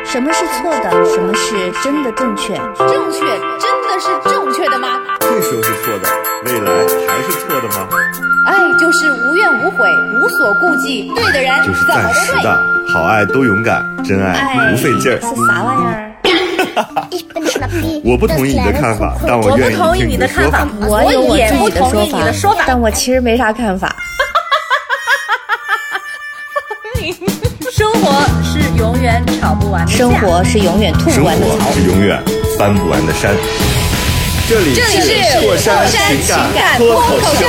什么是错的？什么是真的正确？ 正确真的是正确的吗？ 这时候是错的，未来还是错的吗？ 爱就是无怨无悔，无所顾忌，对的人就是暂时的，好爱都勇敢，真爱不费劲儿。 是啥玩意儿？ 我不同意你的看法，但我愿意听你的说法。 我有我也不自己同意你的说法， 但我其实没啥看法。 生活是永远吵不完的架， 生活是永远吐不完的槽， 生活是永远翻不完的山。这里是过山情感脱口秀。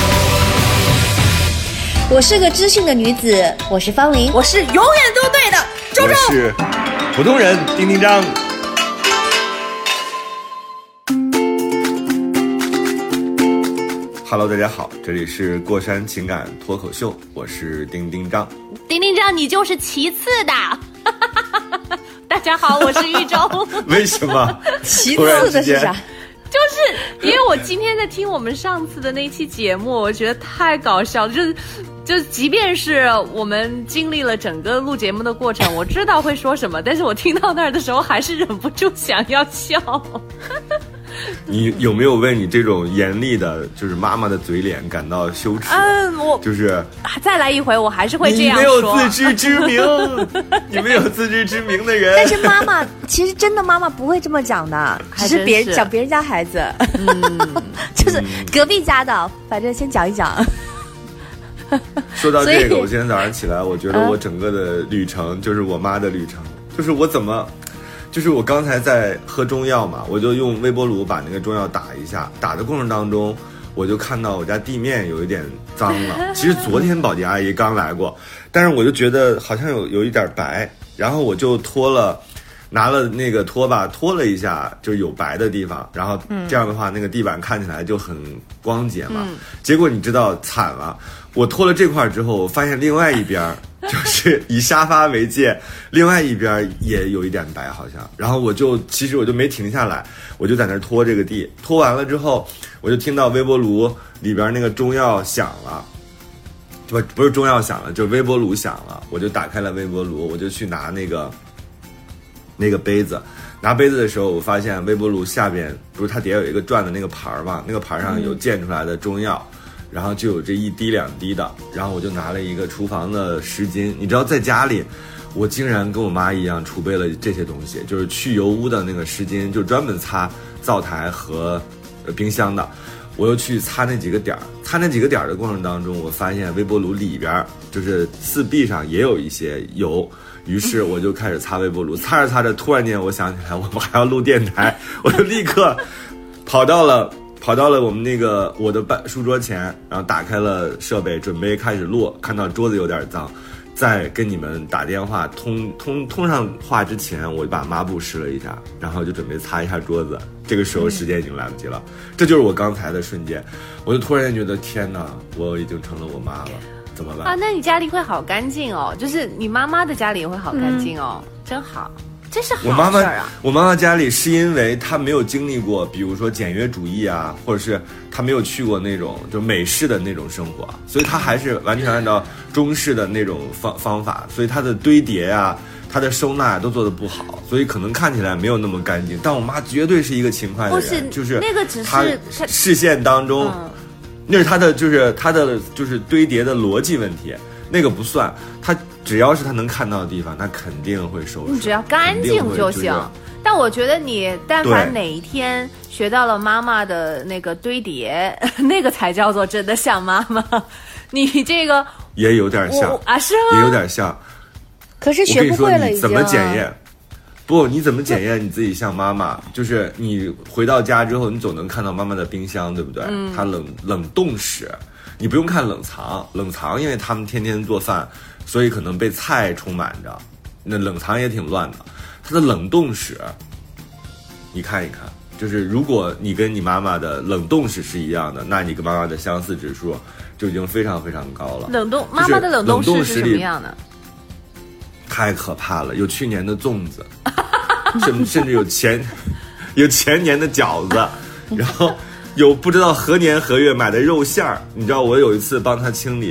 我是个知性的女子，我是方琳， 我是永远都对的周周， 我是普通人丁丁张。Hello， 大家好，这里是过山情感脱口秀，我是丁丁张。 丁丁张，你就是其次的。大家好，我是玉州。 为什么？ 其次的是啥？ 就是因为我今天在听我们上次的那期节目，我觉得太搞笑了，就即便是我们经历了整个录节目的过程，我知道会说什么，但是我听到那儿的时候还是忍不住想要笑。 你有没有为你这种严厉的，就是妈妈的嘴脸感到羞耻？ 我就是再来一回，我还是会这样说。你没有自知之明，你没有自知之明的人。 但是妈妈，其实真的妈妈不会这么讲的，只是别人讲别人家孩子，就是隔壁家的，反正先讲一讲。 说到这个，我今天早上起来，我觉得我整个的旅程就是我妈的旅程，就是我怎么。就是我刚才在喝中药嘛，我就用微波炉把那个中药打一下，打的过程当中，我就看到我家地面有一点脏了。其实昨天保洁阿姨刚来过，但是我就觉得好像有一点白，然后我就拿了那个拖把拖了一下，就是有白的地方，然后这样的话，那个地板看起来就很光洁嘛。结果你知道惨了，我拖了这块之后，我发现另外一边。就是以沙发为界，另外一边也有一点白好像，然后其实我就没停下来，我就在那拖这个地，拖完了之后，我就听到微波炉里边那个中药响了，不是中药响了，就是微波炉响了，我就打开了微波炉，我就去拿那个杯子，拿杯子的时候，我发现微波炉下边不是它底下有一个转的那个盘嘛，那个盘上有溅出来的中药。然后就有这一滴两滴的，然后我就拿了一个厨房的湿巾，你知道在家里我竟然跟我妈一样储备了这些东西，就是去油污的那个湿巾，就专门擦灶台和冰箱的，我又去擦那几个点儿的过程当中，我发现微波炉里边就是四壁上也有一些油，于是我就开始擦微波炉，擦着擦着，突然间我想起来我们还要录电台，我就立刻跑到了我们我的书桌前，然后打开了设备，准备开始录。看到桌子有点脏，在跟你们打电话通上话之前，我把抹布湿了一下，然后就准备擦一下桌子。这个时候时间已经来不及了，这就是我刚才的瞬间，我就突然间觉得天哪，我已经成了我妈了，怎么办啊？那你家里会好干净哦，就是你妈妈的家里也会好干净哦，真好。这是好事儿啊！ 我妈妈家里是因为她没有经历过，比如说简约主义啊，或者是她没有去过那种就美式的那种生活，所以她还是完全按照中式的那种方法，所以她的堆叠啊，她的收纳都做得不好，所以可能看起来没有那么干净。但我妈绝对是一个勤快的人，就是那个只是她视线当中，那是她的就是堆叠的逻辑问题。那个不算，他只要是他能看到的地方，他肯定会收拾。 你只要干净就行。但我觉得你但凡哪一天学到了妈妈的那个堆叠，那个才叫做真的像妈妈。你这个也有点像啊，是吗？ 也有点像。 可是学不会了， 你怎么检验？不，你怎么检验你自己像妈妈？就是你回到家之后，你总能看到妈妈的冰箱，对不对？它冷冻室。你不用看冷藏，因为他们天天做饭，所以可能被菜充满着，那冷藏也挺乱的。它的冷冻室，你看一看，就是如果你跟你妈妈的冷冻室是一样的，那你跟妈妈的相似指数就已经非常非常高了。 妈妈的冷冻室是什么样的？ 太可怕了，有去年的粽子，甚至有前年的饺子，然后。有不知道何年何月买的肉馅儿，你知道我有一次帮他清理，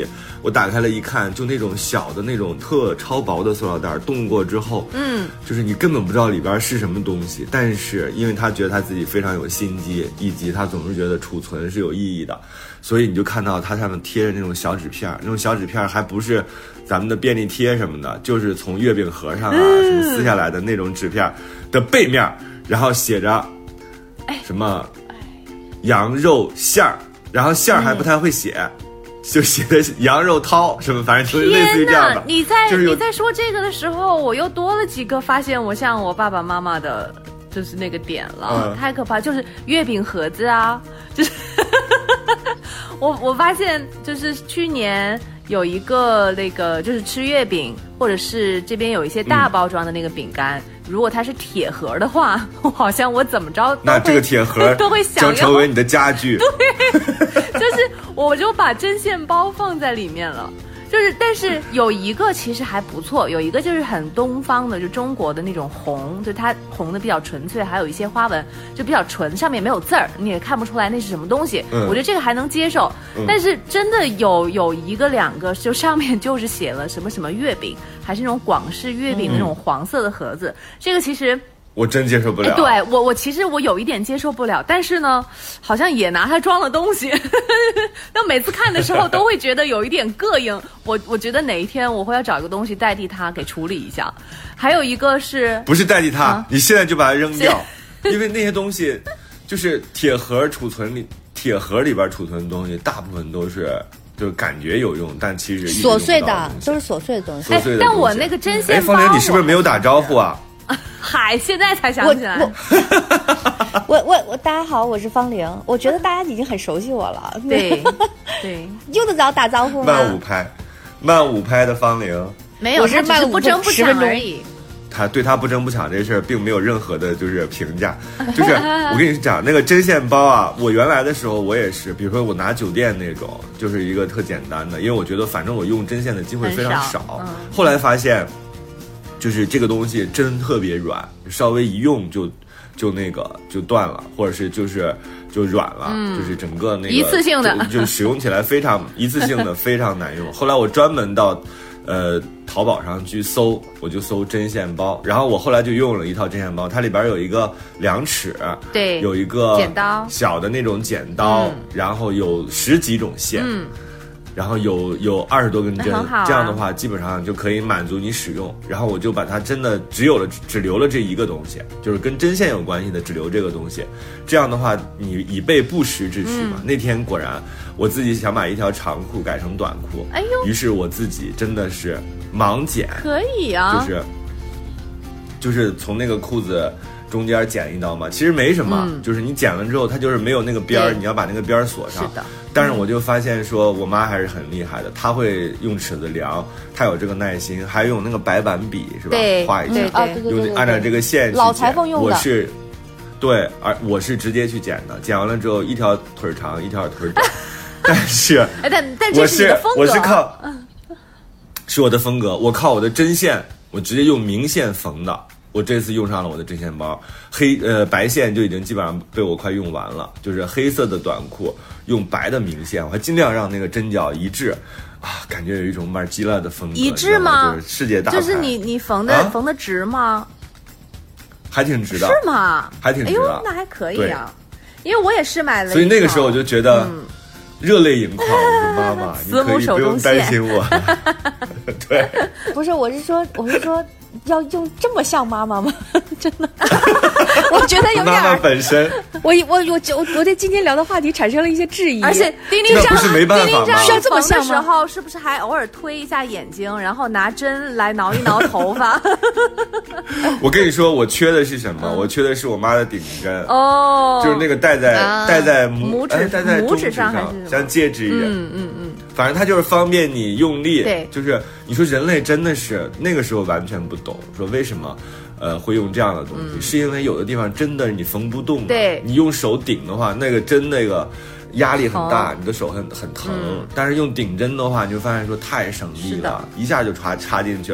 我打开了一看，就那种小的那种特超薄的塑料袋，冻过之后，就是你根本不知道里边是什么东西，但是因为他觉得他自己非常有心机，以及他总是觉得储存是有意义的，所以你就看到它上面贴着那种小纸片，那种小纸片还不是咱们的便利贴什么的，就是从月饼盒上啊什么撕下来的那种纸片的背面，然后写着什么羊肉馅儿，然后馅儿还不太会写，就写的羊肉汤什么，反正就是类似于这样的。 你在说这个的时候，我又多了几个发现我像我爸爸妈妈的，就是那个点了，太可怕。就是月饼盒子啊，就是我发现就是去年有一个那个就是吃月饼，或者是这边有一些大包装的那个饼干。如果它是铁盒的话，好像我怎么着那这个铁盒都会想要将成为你的家具。 对，就是我就把针线包放在里面了。就是，但是有一个其实还不错，有一个就是很东方的，就中国的那种红，就它红的比较纯粹，还有一些花纹就比较纯，上面没有字儿，你也看不出来那是什么东西。我觉得这个还能接受，但是真的有一个两个，就上面就是写了什么什么月饼，还是那种广式月饼那种黄色的盒子，这个其实。 我真接受不了。 对，我其实我有一点接受不了，但是呢，好像也拿它装了东西。那每次看的时候都会觉得有一点膈应。我觉得哪一天我会要找一个东西代替它给处理一下。还有一个是不是代替它？你现在就把它扔掉，因为那些东西就是铁盒储存里，铁盒里边储存的东西，大部分都是。就是感觉有用，但其实琐碎的都是琐碎的东西。 但我那个针线包， 方玲，你是不是没有打招呼啊？ 嗨，现在才想起来。 我大家好，我是方玲。我觉得大家已经很熟悉我了。 对， 用得着打招呼吗？ 慢五拍的方玲， 没有，我是慢了不争不抢而已。 他对他不争不抢这事儿并没有任何的就是评价，就是我跟你讲那个针线包啊，我原来的时候我也是，比如说我拿酒店那种，就是一个特简单的，因为我觉得反正我用针线的机会非常少。后来发现，就是这个东西针特别软，稍微一用就那个就断了，或者是就软了，就是整个那个一次性的就使用起来非常一次性的非常难用。后来我专门到淘宝上去搜，我就搜针线包，然后我后来就用了一套针线包，它里边有一个量尺， 对， 有一个剪刀， 小的那种剪刀，然后有10几种线，然后有20多根针，这样的话基本上就可以满足你使用。然后我就把它真的只留了这一个东西，就是跟针线有关系的，只留这个东西。这样的话，你以备不时之需嘛。那天果然我自己想把一条长裤改成短裤，哎呦，于是我自己真的是盲剪， 可以啊， 就是从那个裤子中间剪一刀嘛，其实没什么，就是你剪了之后它就是没有那个边儿，你要把那个边儿锁上。 是的。 但是我就发现说我妈还是很厉害的，她会用尺子量，她有这个耐心，还用那个白板笔是吧？ 对， 画一下， 对， 按照这个线去剪。 老裁缝用的。 我是直接去剪的，剪完了之后一条腿长一条腿短，但是但这是你的风格， 我是靠是我的风格，我靠我的针线，我直接用明线缝的。我这次用上了我的针线包，白线就已经基本上被我快用完了，就是黑色的短裤用白的明线，我还尽量让那个针脚一致啊，感觉有一种马吉拉的风格。 一致吗？ 就是世界大牌。 就是你缝的直吗？ 还挺直的。 是吗？ 还挺直的。 哎呦，那还可以啊。因为我也是买了一套， 所以那个时候我就觉得热泪盈眶。我说妈妈，你可以不用担心我。对， 不是，我是说要用这么像妈妈吗？真的，我觉得有点。 妈妈本身， 我对今天聊的话题产生了一些质疑。 而且丁丁章需要这么像吗？ 时候是不是还偶尔推一下眼睛，然后拿针来挠一挠头发？ 我跟你说，我缺的是什么？我缺的是我妈的顶针哦， 就是那个戴在拇指戴在中指上，还是像戒指一样。反正它就是方便你用力。 对， 就是你说人类真的是那个时候完全不懂，说为什么会用这样的东西，是因为有的地方真的你缝不动。 对， 你用手顶的话，那个针那个压力很大，你的手很疼。但是用顶针的话，你就发现说太省力了，一下就插进去了。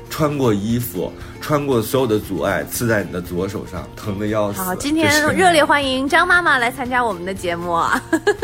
穿过衣服，穿过所有的阻碍，刺在你的左手上，疼得要死。 好，今天热烈欢迎张妈妈来参加我们的节目啊！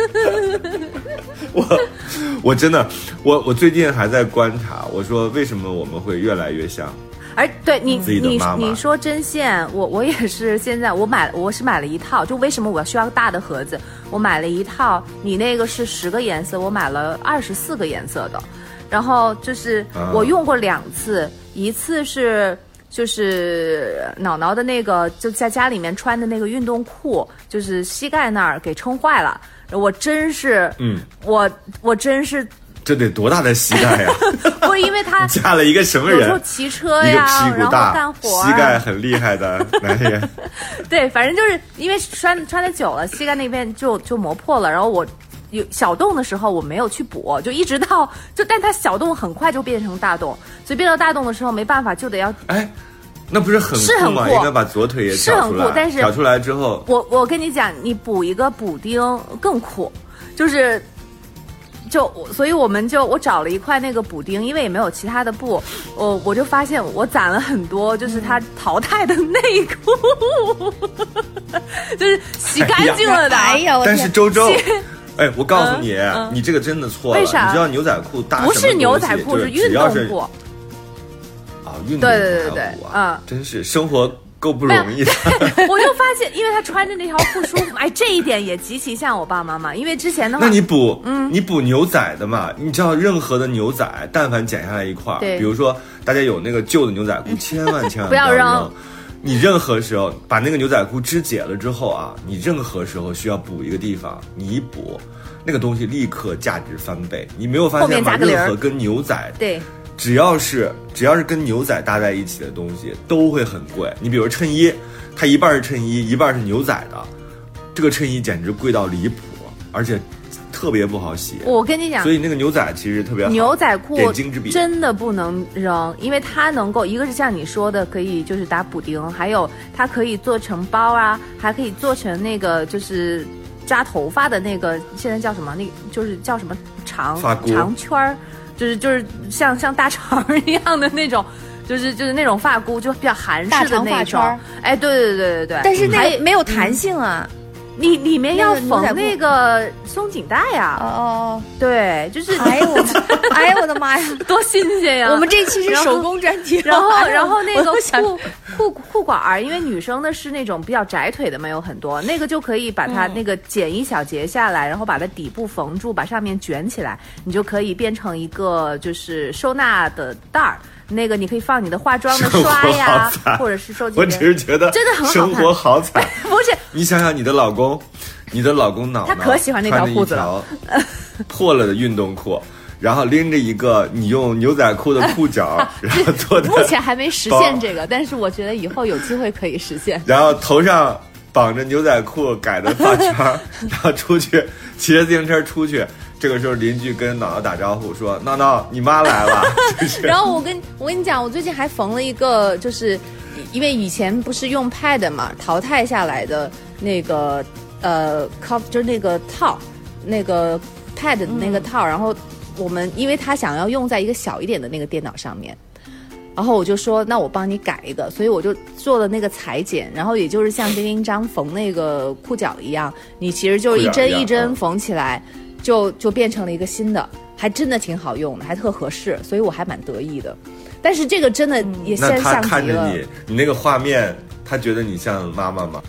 我真的，我最近还在观察，我说为什么我们会越来越像。 而对你妈妈你说针线，我也是现在我是买了一套，就为什么我需要大的盒子？我买了一套，你那个是10个颜色，我买了24个颜色的，然后就是我用过2次，一次是就是脑脑的那个就在家里面穿的那个运动裤，就是膝盖那儿给撑坏了，我真是我真是。 这得多大的膝盖呀！ 不是因为他嫁了一个什么人？ 有时候骑车呀，然后干活， 膝盖很厉害的男人。 对，反正就是因为穿的久了，膝盖那边就磨破了。然后我有小洞的时候我没有去补，就一直到但它小洞很快就变成大洞，所以变成大洞的时候没办法就得要那不是很酷吗？应该把左腿也挑出来， 但是挑出来之后， 我跟你讲，你补一个补丁更酷，就是。所以我找了一块那个补丁，因为也没有其他的布，我就发现我攒了很多，就是它淘汰的内裤，就是洗干净了的。 哎呀， 但是周，我告诉你，你这个真的错了。 为啥？ 你知道牛仔裤搭不是牛仔裤，是运动裤。 运动裤。 对， 真是生活。够不容易的， 我就发现，因为他穿着那条裤舒服，这一点也极其像我爸妈妈。因为之前的话， 那你补牛仔的嘛？你知道任何的牛仔，但凡剪下来一块，比如说大家有那个旧的牛仔裤，千万不要扔。你任何时候把那个牛仔裤肢解了之后啊，你任何时候需要补一个地方，你一补，那个东西立刻价值翻倍。你没有发现吗？任何跟牛仔对。 只要是跟牛仔搭在一起的东西都会很贵。你比如衬衣，它一半是衬衣，一半是牛仔的，这个衬衣简直贵到离谱，而且特别不好洗。 我跟你讲， 所以那个牛仔其实特别好。 牛仔裤点睛之笔真的不能扔，因为它能够一个是像你说的可以就是打补丁，还有它可以做成包啊，还可以做成那个就是扎头发的那个，现在叫什么？那就是叫什么长圈儿。就是像大肠一样的那种，就是那种发箍，就比较韩式的那种。对。 但是那个没有弹性啊， 你里面要缝那个松紧带呀。 哦， 对，就是。 哎呦我的妈呀， 多新鲜呀！ 我们这期是手工专题。 然后那个裤管儿，因为女生的是那种比较窄腿的嘛，有很多，那个就可以把它那个剪一小节下来，然后把它底部缝住，把上面卷起来，你就可以变成一个就是收纳的袋儿。那个你可以放你的化妆的刷呀，或者是收集。 我只是觉得真的很好看， 生活好惨。 不是， 你想想你的老公脑他可喜欢那条裤子了， 破了的运动裤。然后拎着一个你用牛仔裤的裤脚，然后做的。 目前还没实现这个，但是我觉得以后有机会可以实现。 然后头上绑着牛仔裤改的发圈，然后出去骑着自行车出去。这个时候邻居跟脑脑打招呼说：“闹闹，你妈来了。” 然后我跟你讲，我最近还缝了一个，就是因为以前不是用 pad 嘛，淘汰下来的那个就是那个套，那个 pad 的那个套，然后。我们因为他想要用在一个小一点的那个电脑上面，然后我就说那我帮你改一个，所以我就做了那个裁剪，然后也就是像丁丁章缝那个裤脚一样，你其实就是一针一针缝起来，就变成了一个新的，还真的挺好用的，还特合适，所以我还蛮得意的。但是这个真的也像极了。 那他看着你那个画面，他觉得你像妈妈吗？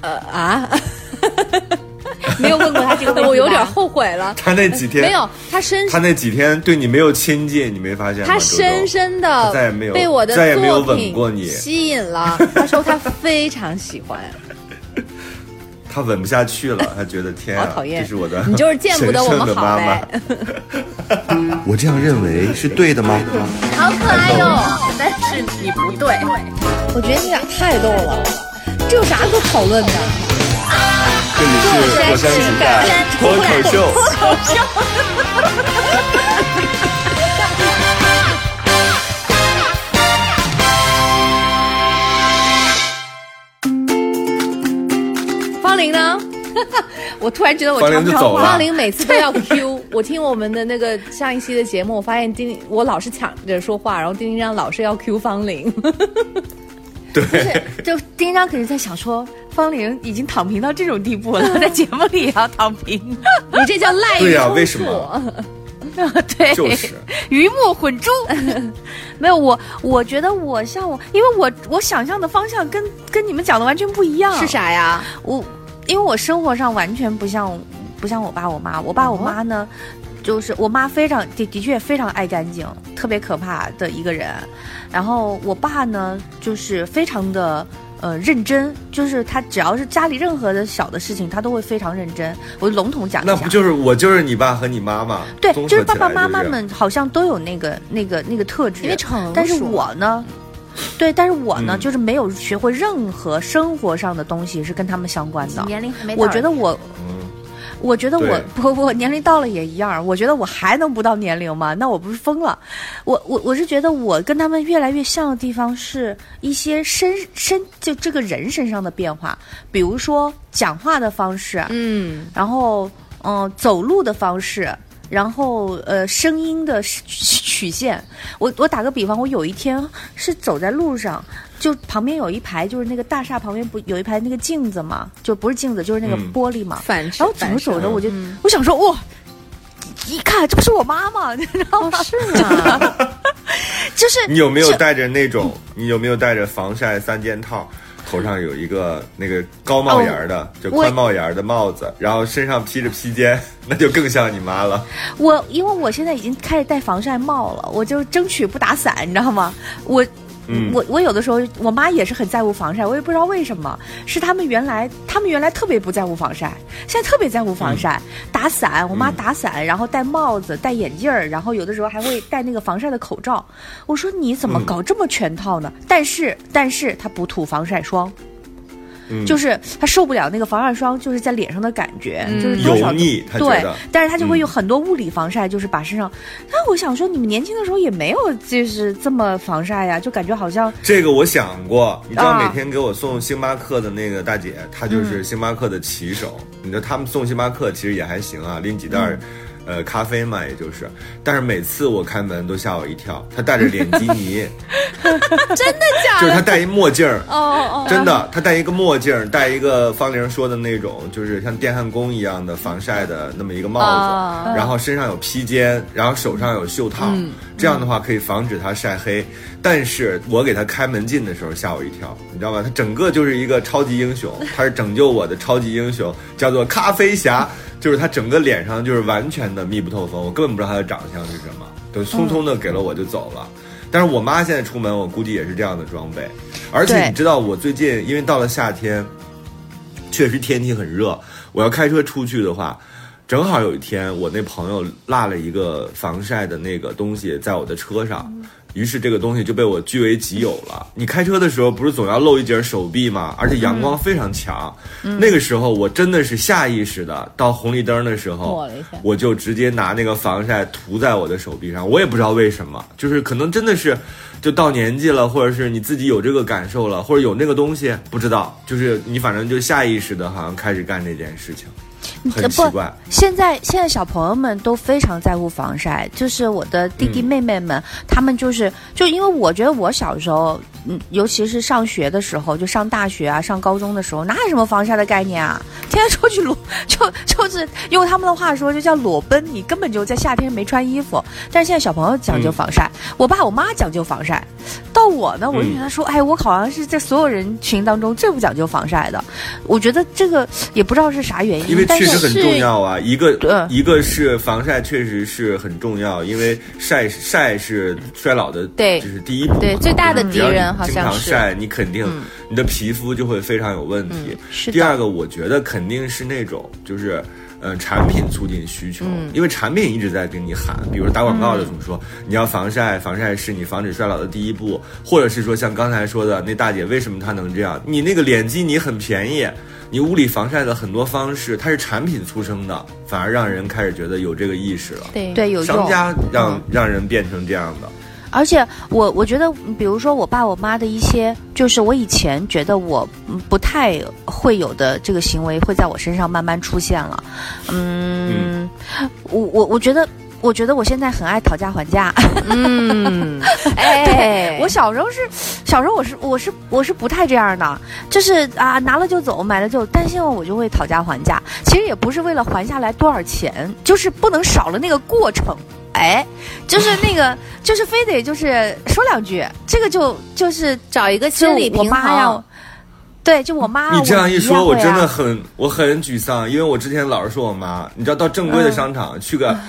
没有问过他这个问题， 我有点后悔了。 他那几天没有， 他那几天对你没有亲近，你没发现吗？ 他深深的被我的作品吸引了。他说他非常喜欢。 他吻不下去了，他觉得天啊， 好讨厌！ 这是我的， 你就是见不得我们好呗。 我这样认为是对的吗？ 好可爱哟，但是你不对。 我觉得你俩太逗了，这有啥可讨论的？ 这里是火山情感脱口秀。 方玲呢？ 我突然觉得我方玲就走了方玲每次都要 Q 我听我们的那个上一期的节目，我发现我老是抢着说话，然后丁丁张老是要 Q 方玲。 对， 就丁丁张肯定在想说，方玲已经躺平到这种地步了，在节目里也要躺平， 你这叫滥竽对呀、 充数。 为什么？ 对， 就是鱼目混珠。没有我觉得因为我想象的方向跟你们讲的完全不一样。 是啥呀？ 因为我生活上完全不像我爸我妈，我爸我妈呢，就是我妈的确非常爱干净，特别可怕的一个人。然后我爸呢，就是非常的认真，就是他只要是家里任何的小的事情，他都会非常认真。我笼统讲一下， 那不就是我就是你爸和你妈妈？ 对，就是爸爸就是妈妈们好像都有那个特质， 因为成熟。 但是我呢，就是没有学会任何生活上的东西是跟他们相关的。 年龄还没到， 我觉得我年龄到了也一样。我觉得我还能不到年龄吗？那我不是疯了？我是觉得我跟他们越来越像的地方是一些就这个人身上的变化，比如说讲话的方式，然后走路的方式。然后声音的曲线，我打个比方，我有一天是走在路上，就旁边有一排，就是那个大厦旁边不有一排那个镜子嘛，就不是镜子，就是那个玻璃嘛。然后走着我就我想说哇，一看这不是我妈妈，你知道吗？ 是啊， 就是你有没有带着那种？你有没有带着防晒3件套？头上有一个那个高帽檐的，就宽帽檐的帽子，然后身上披着披肩，那就更像你妈了。 因为我现在已经开始戴防晒帽了，我就争取不打伞，你知道吗？我有的时候，我妈也是很在乎防晒，我也不知道为什么，是他们原来特别不在乎防晒，现在特别在乎防晒，打伞，我妈打伞，然后戴帽子、戴眼镜儿，然后有的时候还会戴那个防晒的口罩。我说你怎么搞这么全套呢？但是她不涂防晒霜。就是他受不了那个防晒霜就是在脸上的感觉，就是多少油腻，他觉得。 但是他就会有很多物理防晒，就是把身上。那我想说，你们年轻的时候也没有就是这么防晒呀，就感觉好像。 这个我想过，你知道每天给我送星巴克的那个大姐，她就是星巴克的骑手。你知道他们送星巴克其实也还行啊，拎几袋。咖啡嘛，也就是，但是每次我开门都吓我一跳，他戴着脸基尼， 真的假的？ 就是他戴一墨镜儿， 哦， 真的，他戴一个墨镜，戴一个方玲说的那种，就是像电焊工一样的防晒的那么一个帽子，然后身上有披肩，然后手上有袖套，这样的话可以防止他晒黑。但是我给他开门进的时候吓我一跳，你知道吗？他整个就是一个超级英雄，他是拯救我的超级英雄，叫做咖啡侠。就是他整个脸上就是完全的密不透风，我根本不知道他的长相是什么，就匆匆的给了我就走了。但是我妈现在出门，我估计也是这样的装备。而且你知道，我最近因为到了夏天，确实天气很热，我要开车出去的话，正好有一天我那朋友落了一个防晒的那个东西在我的车上。于是这个东西就被我据为己有了。你开车的时候不是总要露一截手臂吗？而且阳光非常强，那个时候我真的是下意识的，到红绿灯的时候，我就直接拿那个防晒涂在我的手臂上。我也不知道为什么，就是可能真的是就到年纪了，或者是你自己有这个感受了，或者有那个东西，不知道，就是你反正就下意识的好像开始干这件事情。很奇怪， 现在小朋友们都非常在乎防晒，就是我的弟弟妹妹们，他们就因为我觉得我小时候，尤其是上学的时候，就上大学啊、上高中的时候，哪有什么防晒的概念啊？天天出去就是用他们的话说，就叫裸奔，你根本就在夏天没穿衣服。但是现在小朋友讲究防晒，我爸我妈讲究防晒，到我呢，我就觉得说，哎，我好像是在所有人群当中最不讲究防晒的。我觉得这个也不知道是啥原因， 因为确实很重要啊。一个是防晒确实是很重要，因为晒是衰老的，就是第一步， 对，最大的敌人好像是。 经常晒，你肯定你的皮肤就会非常有问题。第二个，我觉得肯定是那种就是产品促进需求，因为产品一直在跟你喊，比如打广告的怎么说，你要防晒，防晒是你防止衰老的第一步，或者是说像刚才说的那大姐，为什么她能这样？你那个脸基尼很便宜，你物理防晒的很多方式，它是产品促生的，反而让人开始觉得有这个意识了。 对，有用。 商家让人变成这样的。 而且我觉得，比如说我爸我妈的一些，就是我以前觉得我不太会有的这个行为，会在我身上慢慢出现了。我觉得我现在很爱讨价还价。对，我小时候我是不太这样的，就是啊拿了就走，买了就，但现在我就会讨价还价。其实也不是为了还下来多少钱，就是不能少了那个过程。就是那个，就是非得就是说两句，这个就是找一个心理平衡。 对，就我妈。 你这样一说，我真的很沮丧，因为我之前老是说我妈，你知道到正规的商场去个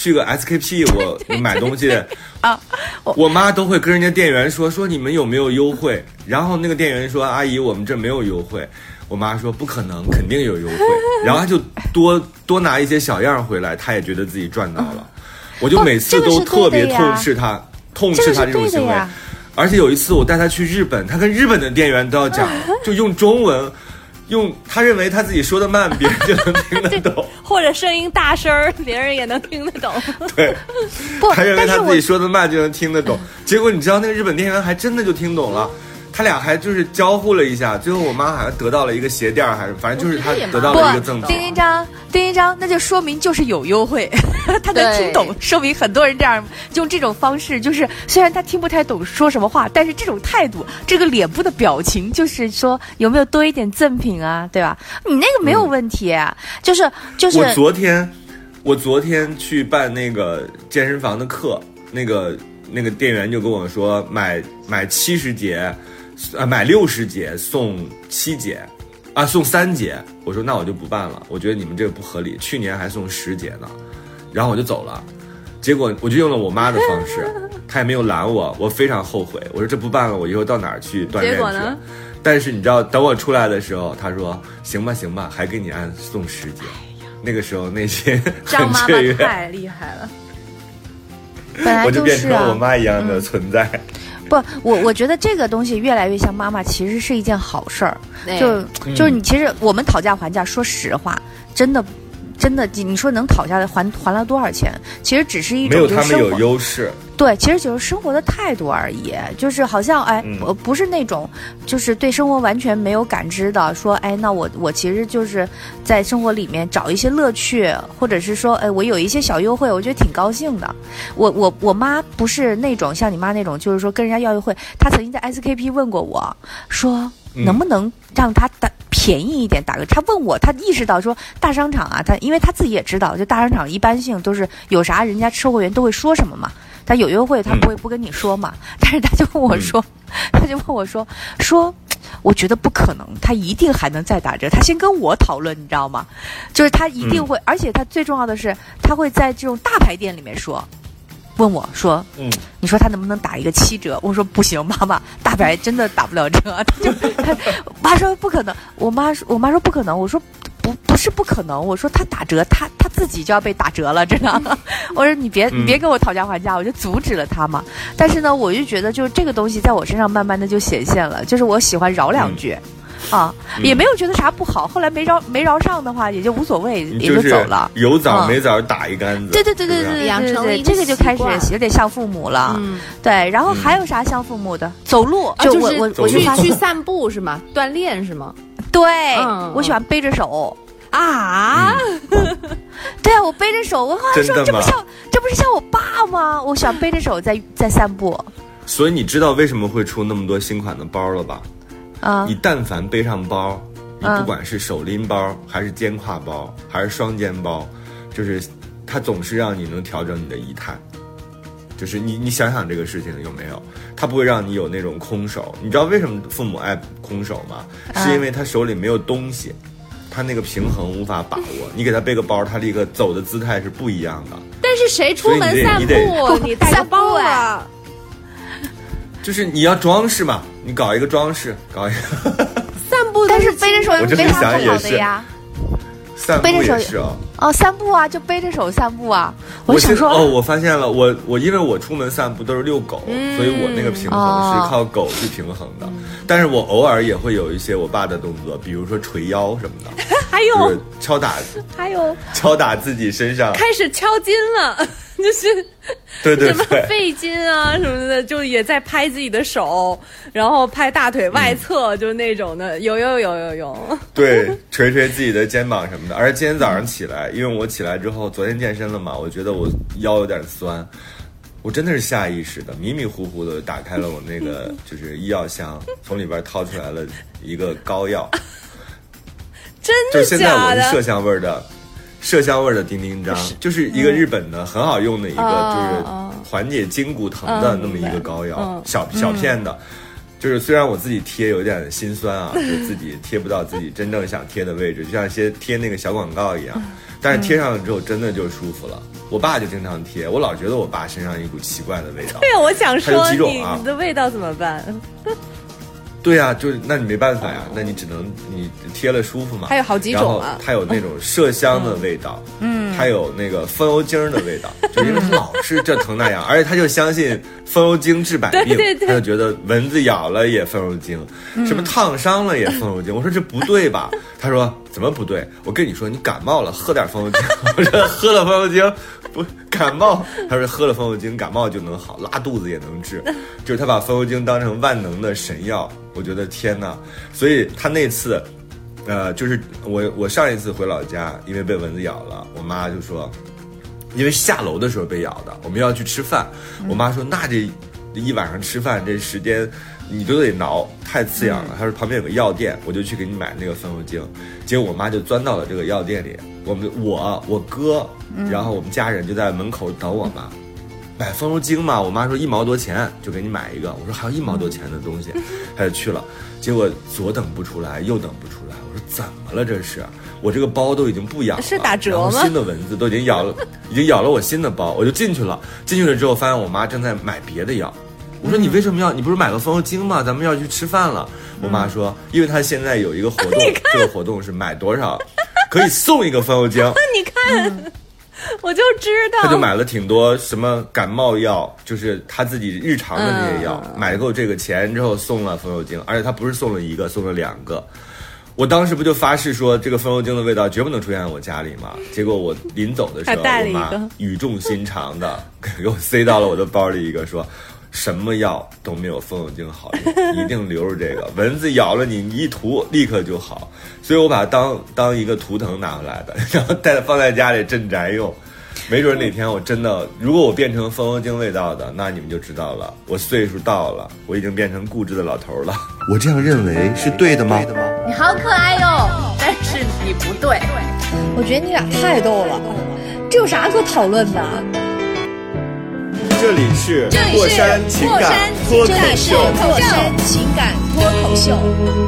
SKP， 我买东西啊，我妈都会跟人家店员说你们有没有优惠，然后那个店员说阿姨我们这没有优惠，我妈说不可能，肯定有优惠，然后她就多拿一些小样回来，她也觉得自己赚到了。我就每次都特别痛斥他这种行为，而且有一次我带他去日本，他跟日本的店员都要讲，就用中文，他认为他自己说的慢，别人就能听得懂， 或者声音大声，别人也能听得懂。 对，他认为他自己说的慢就能听得懂，结果你知道那个日本店员还真的就听懂了。他俩还就是交互了一下，最后我妈好像得到了一个鞋垫，还是反正就是他得到了一个赠品。 订一张，那就说明就是有优惠，他能听懂，说明很多人这样用这种方式，就是虽然他听不太懂说什么话，但是这种态度，这个脸部的表情，就是说有没有多一点赠品啊，对吧？你那个没有问题，就是。 我昨天去办那个健身房的课，那个店员就跟我说买70节。买60节送7节，送3节。我说那我就不办了，我觉得你们这个不合理。去年还送10节呢，然后我就走了。结果我就用了我妈的方式，她也没有拦我，我非常后悔。我说这不办了，我以后到哪儿去锻炼去？ 结果呢？ 但是你知道，等我出来的时候，她说行吧，还给你按送10节。那个时候内心张妈妈很雀跃， 太厉害了。 本来就是我就变成了我妈一样的存在。 不，我觉得这个东西越来越像妈妈，其实是一件好事儿。就是你其实我们讨价还价，说实话，真的，你说能讨下来还了多少钱？其实只是一种没有他们有优势。 对，其实就是生活的态度而已，就是好像不是那种就是对生活完全没有感知的，说那我其实就是在生活里面找一些乐趣，或者是说我有一些小优惠，我觉得挺高兴的。我妈不是那种像你妈那种，就是说跟人家要优惠，她曾经在 SKP 问过我说能不能让她便宜一点打个，他问我，他意识到说大商场啊，因为他自己也知道，就大商场一般性都是有啥人家售货员都会说什么嘛。他有优惠，他不会不跟你说嘛。但是他就问我说，我觉得不可能，他一定还能再打折。他先跟我讨论，你知道吗？就是他一定会，而且他最重要的是，他会在这种大牌店里面问我说，你说他能不能打一个7折？我说不行，妈妈，大牌真的打不了折。妈说不可能，我妈说不可能，我说不是不可能，我说他打折，他自己就要被打折了，真的。我说你别跟我讨价还价，我就阻止了他嘛。但是呢，我就觉得就是这个东西在我身上慢慢的就显现了，就是我喜欢饶两句。也没有觉得啥不好，后来没饶上的话也就无所谓，也就走了。 有枣没枣打一竿子。 对， 养成了一个这个就开始有点像父母了。对，然后还有啥像父母的？走路，就我去散步是吗？锻炼是吗？ 对，我喜欢背着手啊。对啊，我背着手，我好像说这不是像我爸吗？我喜欢背着手在散步。 所以你知道为什么会出那么多新款的包了吧？你但凡背上包，你不管是手拎包还是肩挎包还是双肩包，就是它总是让你能调整你的仪态。就是你想想这个事情有没有，它不会让你有那种空手。你知道为什么父母爱空手吗？是因为他手里没有东西，他那个平衡无法把握。你给他背个包，他立刻走的姿态是不一样的。 但是谁出门散步你带个包啊？ 就是你要装饰嘛，你搞一个装饰，搞一个散步，但是背着手我这么想也是呀。散步也是散步啊，就背着手散步啊。我想说我发现了，我因为我出门散步都是遛狗，所以我那个平衡是靠狗去平衡的。但是我偶尔也会有一些我爸的动作，比如说捶腰什么的， 还有就是敲打， 还有敲打自己身上， 开始敲筋了。 就是对对什么对， 费劲啊什么的，就也在拍自己的手，然后拍大腿外侧，就那种的，有。 对，捶捶自己的肩膀什么的。而且今天早上起来，因为我起来之后，昨天健身了嘛，我觉得我腰有点酸，我真的是下意识的迷迷糊糊的打开了我那个就是医药箱，从里边掏出来了一个膏药。 真就现在的假的？ 我是麝香味儿的丁丁张，就是一个日本的很好用的一个，就是缓解筋骨疼的那么一个膏药，小片的。就是虽然我自己贴有点心酸啊，就自己贴不到自己真正想贴的位置，就像一些贴那个小广告一样，但是贴上了之后真的就舒服了。我爸就经常贴，我老觉得我爸身上一股奇怪的味道。 对啊，我想说还有几种啊， 你的味道怎么办？ 对啊，就是那你没办法呀，那你只能你贴了舒服嘛。 还有好几种啊， 它有那种麝香的味道，还有那个风油精的味道，就因为他老是这疼那样，而且他就相信风油精治百病， 对， 他就觉得蚊子咬了也风油精，什么烫伤了也风油精。我说这不对吧？他说怎么不对？我跟你说，你感冒了喝点风油精。我说喝了风油精不感冒，他说喝了风油精感冒就能好，拉肚子也能治，就是他把风油精当成万能的神药。我觉得天哪！所以他那次，就是我上一次回老家，因为被蚊子咬了，我妈就说，因为下楼的时候被咬的，我们要去吃饭，我妈说那这一晚上吃饭这时间你都得挠，太刺痒了。她说旁边有个药店，我就去给你买那个风油精，结果我妈就钻到了这个药店里，我哥，然后我们家人就在门口等我嘛。买风油精嘛，我妈说1毛多钱就给你买一个，我说还有1毛多钱的东西，她就去了，结果左等不出来右等不出来，我说怎么了这是？我这个包都已经不痒了， 是打折吗？ 然后新的蚊子都已经咬了我新的包，我就进去了之后发现我妈正在买别的药，我说你为什么要？你不是买了风油精吗？咱们要去吃饭了。我妈说，因为她现在有一个活动，这个活动是买多少可以送一个风油精。 你看。我就知道， 他就买了挺多什么感冒药，就是他自己日常的那些药，买够这个钱之后送了风油精，而且他不是送了一个，送了2个。我当时不就发誓说这个风油精的味道绝不能出现在我家里吗？结果我临走的时候，我妈语重心长的给我塞到了我的包里一个，说什么药都没有风油精好用，一定留着这个，蚊子咬了你一涂立刻就好。所以我把它当一个图腾拿回来的，然后放在家里镇宅用。没准哪天我真的，如果我变成风油精味道的，那你们就知道了，我岁数到了，我已经变成固执的老头了。我这样认为是对的吗？ 你好可爱哟，但是你不对。 我觉得你俩太逗了，这有啥可讨论的？ 这里是过山情感脱口秀， 过山情感脱口秀。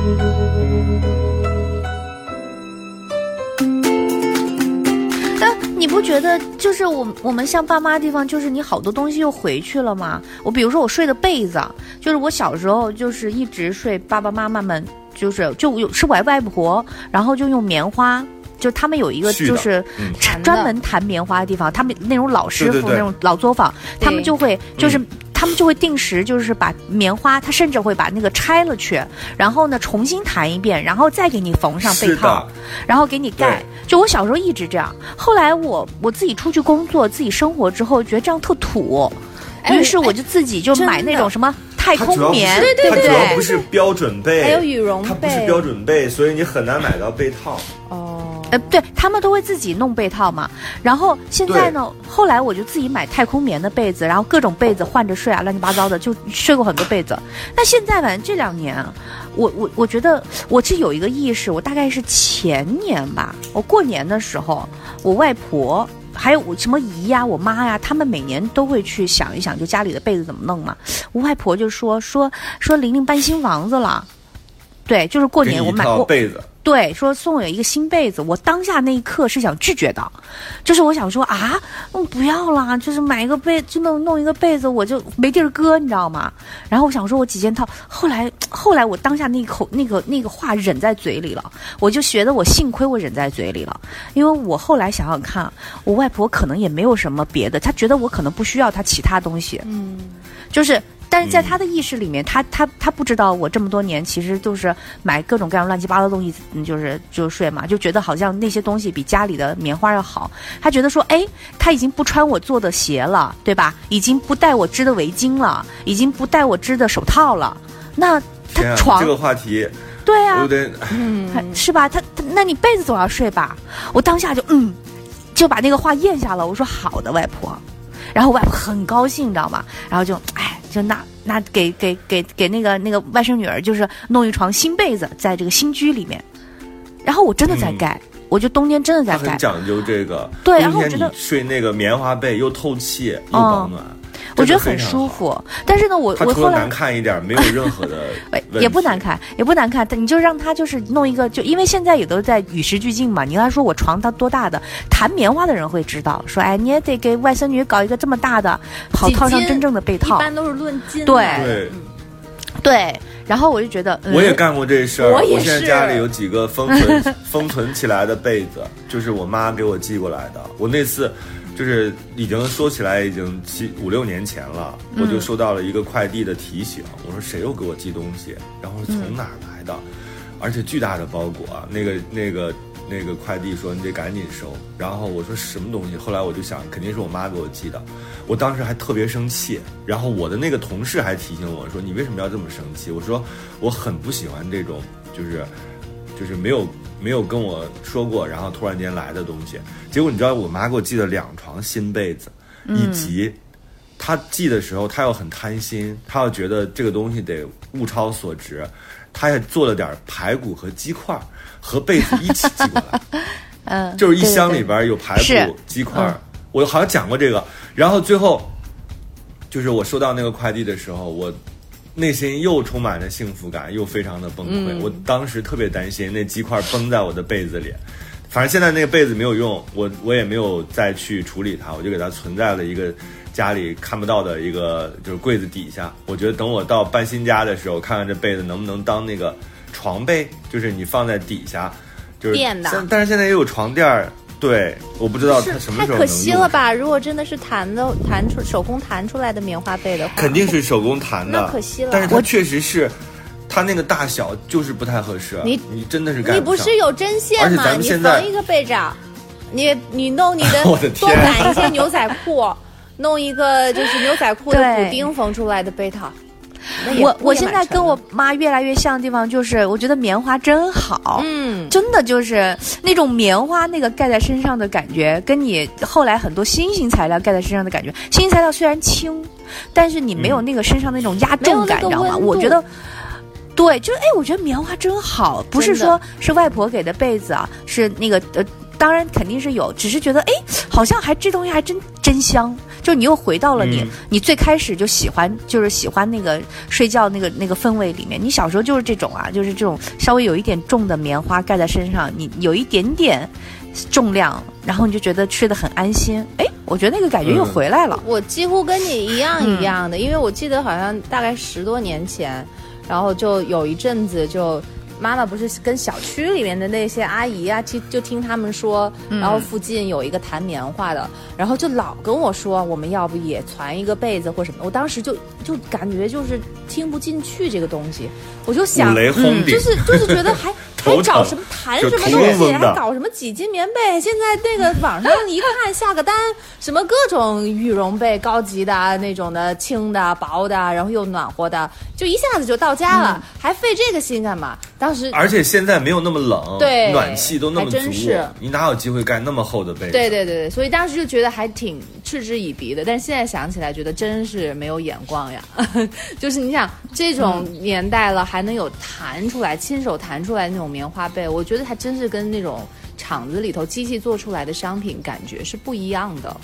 你不觉得就是我们像爸妈的地方，就是你好多东西又回去了吗？我比如说我睡的被子，就是我小时候就是一直睡爸爸妈妈们，就是我外婆，然后就用棉花。就他们有一个就是专门弹棉花的地方，他们那种老师傅那种老作坊，他们就会就是他们就会定时就是把棉花，他甚至会把那个拆了去，然后呢重新弹一遍，然后再给你缝上被套，然后给你盖。就我小时候一直这样，后来我自己出去工作自己生活之后，觉得这样特土，于是我就自己就买那种什么太空棉， 对，它主要不是标准被， 还有羽绒被， 它不是标准被，所以你很难买到被套。 对，他们都会自己弄被套嘛。然后现在呢，后来我就自己买太空棉的被子，然后各种被子换着睡啊，乱七八糟的，就睡过很多被子。那现在反正这2年，我觉得我是有一个意识，我大概是前年吧，我过年的时候，我外婆还有我什么姨呀、我妈呀，他们每年都会去想一想，就家里的被子怎么弄嘛。我外婆就说玲玲搬新房子了，对，就是过年我买过被子。 对，说送我一个新被子，我当下那一刻是想拒绝的，就是我想说啊，不要啦，就是买一个被，就弄一个被子，我就没地儿搁，你知道吗？然后我想说我几件套，后来我当下那个话忍在嘴里了，我就觉得我幸亏我忍在嘴里了，因为我后来想想看，我外婆可能也没有什么别的，她觉得我可能不需要她其他东西，就是但是在他的意识里面，他不知道我这么多年其实都是买各种各样乱七八糟的东西，就睡嘛，就觉得好像那些东西比家里的棉花要好。他觉得说，哎，他已经不穿我做的鞋了，对吧？已经不戴我织的围巾了，已经不戴我织的手套了。那他床这个话题， 对啊， 有点是吧？他那你被子总要睡吧？我当下就把那个话咽下了。我说好的，外婆。然后外婆很高兴，你知道吗？然后就那给那个外甥女儿，就是弄一床新被子在这个新居里面。然后我真的在盖，我就冬天真的在盖。 他很讲究这个， 对，然后我觉得睡那个棉花被又透气又保暖。 我觉得很舒服，但是呢，我后来难看一点，没有任何的也不难看，也不难看。你就让他就是弄一个，就因为现在也都在与时俱进嘛。你跟他说我床它多大的，弹棉花的人会知道，说哎，你也得给外甥女搞一个这么大的，好套上真正的被套。 一般都是论斤。 对。然后我就觉得， 我也干过这事儿。 我现在家里有几个封存起来的被子，就是我妈给我寄过来的。我那次。就是已经说起来已经5、6年前了，我就收到了一个快递的提醒，我说谁又给我寄东西，然后从哪儿来的，而且巨大的包裹，那个快递说你得赶紧收，然后我说什么东西，后来我就想肯定是我妈给我寄的，我当时还特别生气，然后我的那个同事还提醒我说你为什么要这么生气，我说我很不喜欢这种就是没有跟我说过，然后突然间来的东西。结果你知道我妈给我寄了2床新被子，以及她寄的时候她又很贪心，她要觉得这个东西得物超所值，她也做了点排骨和鸡块和被子一起寄过来。就是一箱里边有排骨鸡块，我好像讲过这个。然后最后就是我收到那个快递的时候，我内心又充满着幸福感，又非常的崩溃。我当时特别担心那鸡块崩在我的被子里，反正现在那个被子没有用，我也没有再去处理它，我就给它存在了一个家里看不到的一个就是柜子底下。我觉得等我到搬新家的时候，看看这被子能不能当那个床被，就是你放在底下，就是垫的。 但是现在也有床垫。对，我不知道它什么时候能用。太可惜了吧！如果真的是手工弹出来的棉花被的话， 肯定是手工弹的， 那可惜了。 但是它确实是，它那个大小就是不太合适。你真的是干不上。 你不是有针线吗？你缝一个被罩，你弄你的多赶一些牛仔裤，弄一个就是牛仔裤的补丁缝出来的被套。 我现在跟我妈越来越像的地方就是，我觉得棉花真好，真的就是那种棉花那个盖在身上的感觉，跟你后来很多新型材料盖在身上的感觉，新型材料虽然轻，但是你没有那个身上那种压重感，你知道吗？我觉得。对，就是我觉得棉花真好，不是说是外婆给的被子啊，是那个当然肯定是有，只是觉得好像这东西还真香，就你又回到了你最开始就喜欢那个睡觉那个氛围里面。你小时候就是这种啊，就是这种稍微有一点重的棉花盖在身上，你有一点点重量，然后你就觉得睡得很安心。我觉得那个感觉又回来了。 我几乎跟你一样的，因为我记得好像大概10多年前，然后就有一阵子就。妈妈不是跟小区里面的那些阿姨啊，就听他们说，然后附近有一个弹棉花的，然后就老跟我说，我们要不也传一个被子或什么。我当时就感觉就是听不进去这个东西，我就想，就是觉得还找什么弹什么东西，还搞什么几斤棉被。现在那个网上一看下个单，什么各种羽绒被，高级的那种的，轻的、薄的，然后又暖和的，就一下子就到家了，还费这个心干嘛？当时， 而且现在没有那么冷， 对， 暖气都那么足，你哪有机会盖那么厚的被子？ 对，所以当时就觉得还挺嗤之以鼻的，但是现在想起来，觉得真是没有眼光呀。就是你想这种年代了，还能有弹出来、亲手弹出来那种棉花被，我觉得还真是跟那种厂子里头机器做出来的商品感觉是不一样的。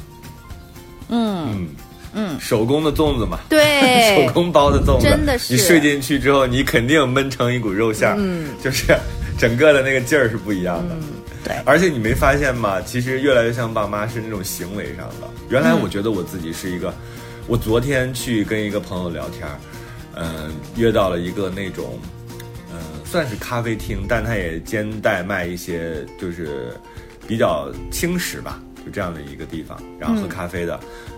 手工的粽子嘛， 对， 手工包的粽子， 真的是。 你睡进去之后，你肯定闷成一股肉馅，就是整个的那个劲儿是不一样的。 对， 而且你没发现吗？其实越来越像爸妈是那种行为上的。原来我觉得我自己是一个，我昨天去跟一个朋友聊天，约到了一个那种，算是咖啡厅，但他也兼带卖一些就是比较轻食吧。就这样的一个地方，然后喝咖啡的，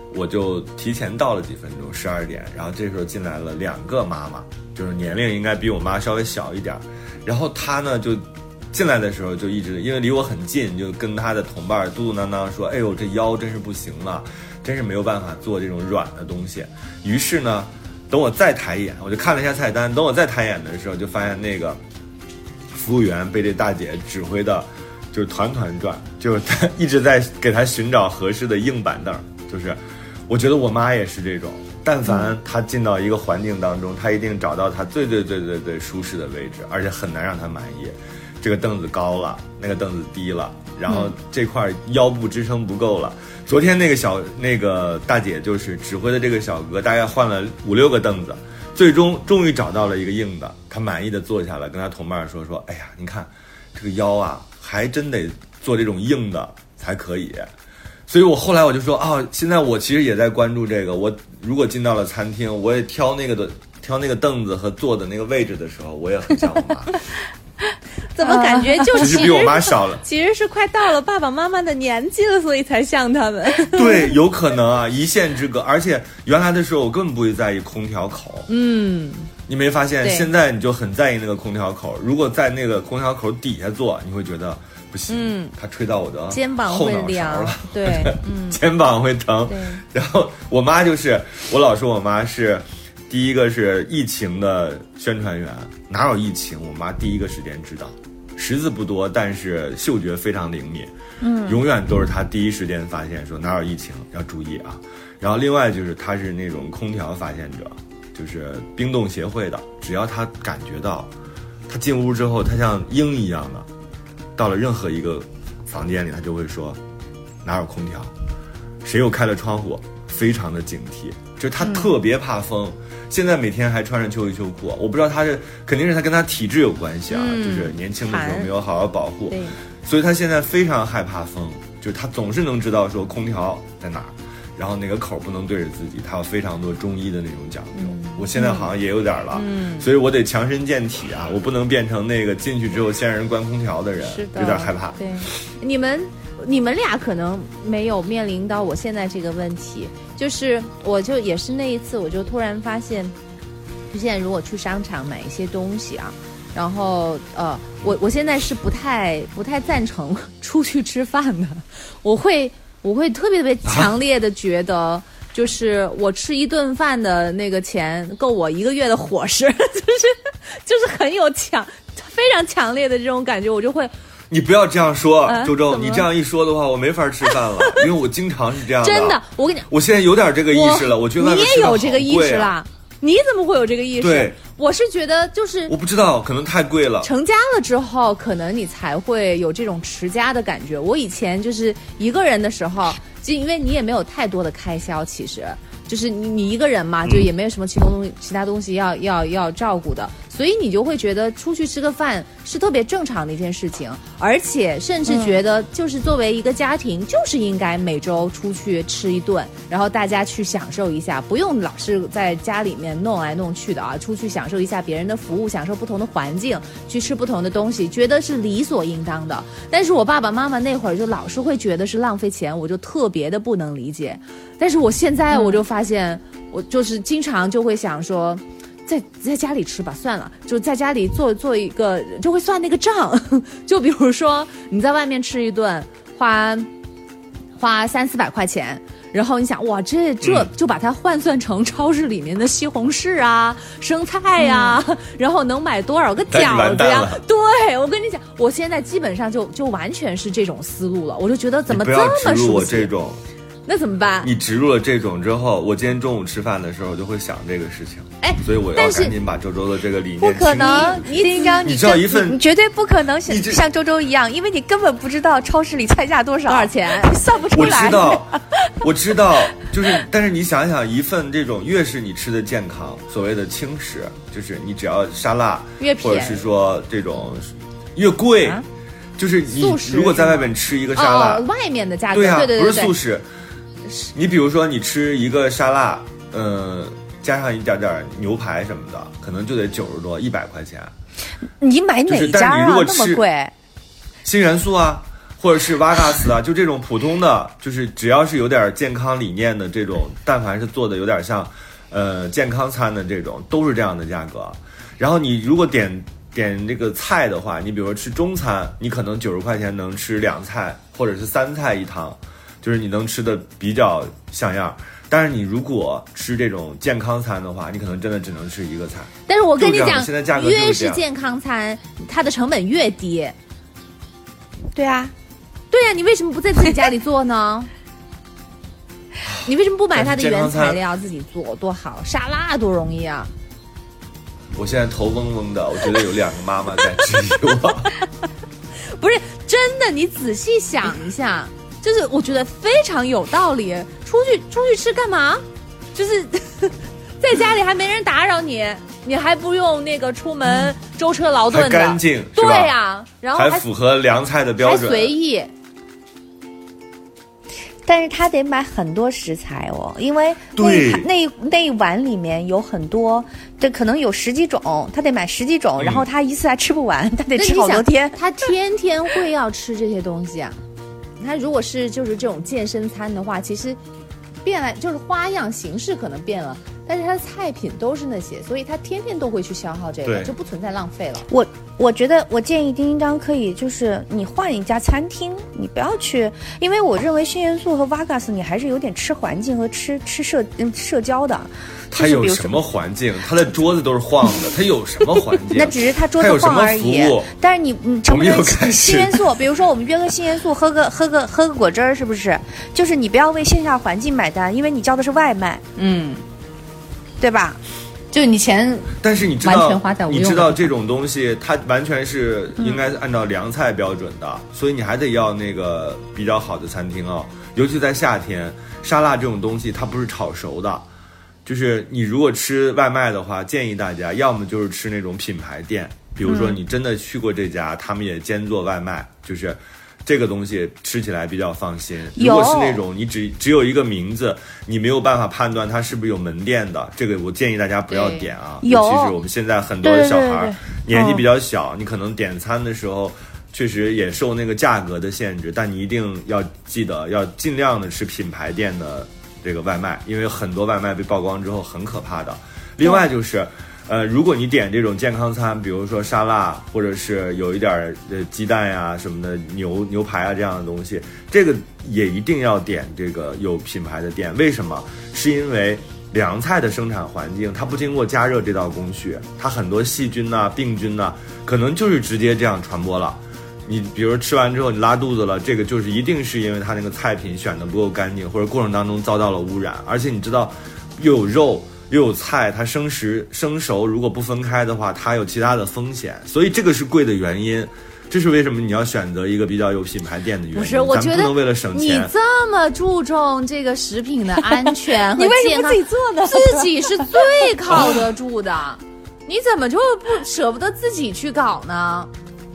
我就提前到了几分钟，12点，然后这时候进来了2个妈妈，就是年龄应该比我妈稍微小一点，然后她呢就进来的时候就一直因为离我很近，就跟她的同伴嘟嘟囔囔说，哎呦这腰真是不行了，真是没有办法做这种软的东西。于是呢等我再抬眼，我就看了一下菜单，等我再抬眼的时候就发现那个服务员被这大姐指挥的就是团团转，就是她一直在给她寻找合适的硬板凳。就是我觉得我妈也是这种，但凡她进到一个环境当中，她一定找到她最舒适的位置，而且很难让她满意。这个凳子高了，那个凳子低了，然后这块腰部支撑不够了。昨天那个大姐就是指挥的这个小哥，大概换了5-6个凳子，最终终于找到了一个硬的，她满意的坐下来，跟她同伴说，哎呀，你看这个腰啊，还真得做这种硬的才可以。所以我后来我就说现在我其实也在关注这个，我如果进到了餐厅，我也挑那个凳子和坐的那个位置的时候，我也很像我妈。 怎么感觉就其实比我妈少了？ 其实是快到了爸爸妈妈的年纪了，所以才像他们。 对，有可能啊，一线之隔。而且原来的时候我根本不会在意空调口。你没发现现在你就很在意那个空调口？如果在那个空调口底下坐，你会觉得不行，它吹到我的肩膀会凉了，对， 肩膀会疼。然后我妈就是我老说我妈是第一个是疫情的宣传员，哪有疫情我妈第一个时间知道，识字不多，但是嗅觉非常灵敏，永远都是她第一时间发现说哪有疫情要注意啊。然后另外就是她是那种空调发现者，就是冰冻协会的，只要她感觉到她进屋之后她像鹰一样的到了任何一个房间里，她就会说哪有空调，谁又开了窗户，非常的警惕，就是她特别怕风。现在每天还穿着秋衣秋裤，我不知道肯定是他跟他体质有关系啊，就是年轻的时候没有好好保护，所以他现在非常害怕风，就是他总是能知道说空调在哪儿，然后哪个口不能对着自己，他有非常多中医的那种讲究。我现在好像也有点了，所以我得强身健体啊，我不能变成那个进去之后先让人关空调的人，有点害怕。 对，你们俩可能没有面临到我现在这个问题，就是我就也是那一次，我就突然发现，就现在如果去商场买一些东西啊，然后我现在是不太赞成出去吃饭的，我会特别强烈的觉得，就是我吃一顿饭的那个钱够我1个月的伙食，就是很有非常强烈的这种感觉，我就会。 你不要这样说，周周，你这样一说的话，我没法吃饭了，因为我经常是这样的。真的，我跟你，我现在有点这个意识了，我觉得你也有这个意识啦。你怎么会有这个意识？ 对， 我是觉得就是我不知道，可能太贵了。 成家了之后，可能你才会有这种持家的感觉。我以前就是一个人的时候，就因为你也没有太多的开销，其实就是你一个人嘛，就也没有什么其他东西要照顾的。所以你就会觉得出去吃个饭是特别正常的一件事情，而且甚至觉得就是作为一个家庭，就是应该每周出去吃一顿，然后大家去享受一下，不用老是在家里面弄来弄去的啊，出去享受一下别人的服务，享受不同的环境，去吃不同的东西，觉得是理所应当的。但是我爸爸妈妈那会儿就老是会觉得是浪费钱，我就特别的不能理解。但是我现在我就发现，我就是经常就会想说，在家里吃吧，算了，就在家里做一个，就会算那个账。就比如说你在外面吃一顿，花300-400块钱，然后你想哇，这就把它换算成超市里面的西红柿啊、生菜呀，然后能买多少个饺子呀？对，我跟你讲，我现在基本上就完全是这种思路了，我就觉得怎么这么熟悉？ 不要植入我这种。 那怎么办？ 你植入了这种之后，我今天中午吃饭的时候就会想这个事情，所以我要赶紧把周周的这个理念。 不可能，金刚， 你知道你绝对不可能像周周一样，因为你根本不知道超市里菜价多少钱，你算不出来。 我知道，就是，但是你想想，一份这种越是你吃的健康，所谓的轻食，就是你只要沙拉，或者是说这种越贵，就是你如果在外面吃一个沙拉， 外面的价格， 对啊， 对， 不是素食。你比如说你吃一个沙拉，加上一点牛排什么的，可能就得90多100块钱。 你买哪家啊？那么贵？ 新元素啊， 或者是瓦嘎斯啊，就这种普通的，就是只要是有点健康理念的这种，但凡是做的有点像健康餐的这种，都是这样的价格。然后你如果点这个菜的话，你比如说吃中餐，你可能90块钱能吃2菜或者是3菜1汤，就是你能吃的比较像样。但是你如果吃这种健康餐的话，你可能真的只能吃1个菜。 但是我跟你讲， 现在价格越是健康餐，它的成本越低。 对啊， 对呀，你为什么不在自己家里做呢？你为什么不买它的原材料自己做？多好，沙拉多容易啊！ 我现在头嗡嗡的，我觉得有2个妈妈在质疑我。 不是真的，你仔细想一下，就是我觉得非常有道理。出去吃干嘛？就是在家里还没人打扰你，你还不用那个出门舟车劳顿的， 还干净， 对呀，然后还符合凉菜的标准， 还随意。 但是他得买很多食材哦，因为那一碗里面有很多，这可能有10几种，他得买10几种，然后他一次还吃不完，他得吃好多天。 他天天会要吃这些东西啊。他如果是就是这种健身餐的话，其实变了，就是花样形式可能变了，但是它的菜品都是那些，所以他天天都会去消耗这个，就不存在浪费了。 我觉得我建议丁丁张可以就是你换一家餐厅，你不要去，因为我认为新元素和瓦嘎斯你还是有点吃环境和吃社交的。 它有什么环境？它的桌子都是晃的，它有什么环境？ 那只是它桌子晃而已。但是你成不成新元素？比如说我们约个新元素，喝个果汁儿，是不是？就是你不要为线下环境买单，因为你叫的是外卖，对吧？ 就你钱， 但是你知道，完全花在无用的地方。 你知道这种东西，它完全是应该按照凉菜标准的，所以你还得要那个比较好的餐厅哦。尤其在夏天，沙拉这种东西它不是炒熟的，就是你如果吃外卖的话，建议大家要么就是吃那种品牌店，比如说你真的去过这家，他们也兼做外卖，就是这个东西吃起来比较放心。如果是那种你只有一个名字，你没有办法判断它是不是有门店的，这个我建议大家不要点啊。尤其是我们现在很多的小孩年纪比较小，你可能点餐的时候确实也受那个价格的限制，但你一定要记得要尽量的吃品牌店的这个外卖，因为很多外卖被曝光之后很可怕的。另外就是如果你点这种健康餐，比如说沙拉，或者是有一点鸡蛋呀什么的牛排啊这样的东西，这个也一定要点这个有品牌的店。为什么？是因为凉菜的生产环境它不经过加热这道工序，它很多细菌啊病菌啊可能就是直接这样传播了。你比如吃完之后你拉肚子了，这个就是一定是因为它那个菜品选的不够干净，或者过程当中遭到了污染。而且你知道又有肉又有菜，它生熟如果不分开的话，它有其他的风险，所以这个是贵的原因。这是为什么你要选择一个比较有品牌店的原因。 不是，我觉得咱不能为了省钱。 你这么注重这个食品的安全和你为什健康， 么自己做呢？ 自己是最靠得住的，你怎么就不舍不得自己去搞呢？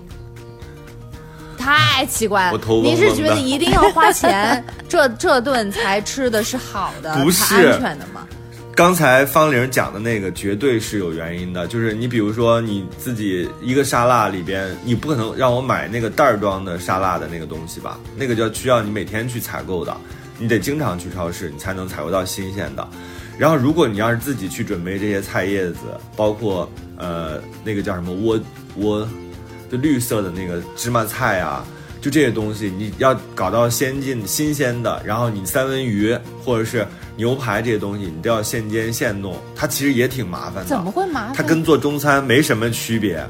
太奇怪了，你是觉得一定要花钱，这顿才吃的是好的， 不是才安全的吗？ 刚才方玲讲的那个绝对是有原因的，就是你比如说你自己一个沙拉里边，你不可能让我买那个袋装的沙拉的那个东西吧，那个需要你每天去采购的，你得经常去超市你才能采购到新鲜的。然后如果你要是自己去准备这些菜叶子，包括那个叫什么窝就绿色的那个芝麻菜啊，就这些东西你要搞到先进新鲜的，然后你三文鱼或者是牛排这些东西你都要现煎现弄，它其实也挺麻烦的。 怎么会麻烦？ 它跟做中餐没什么区别。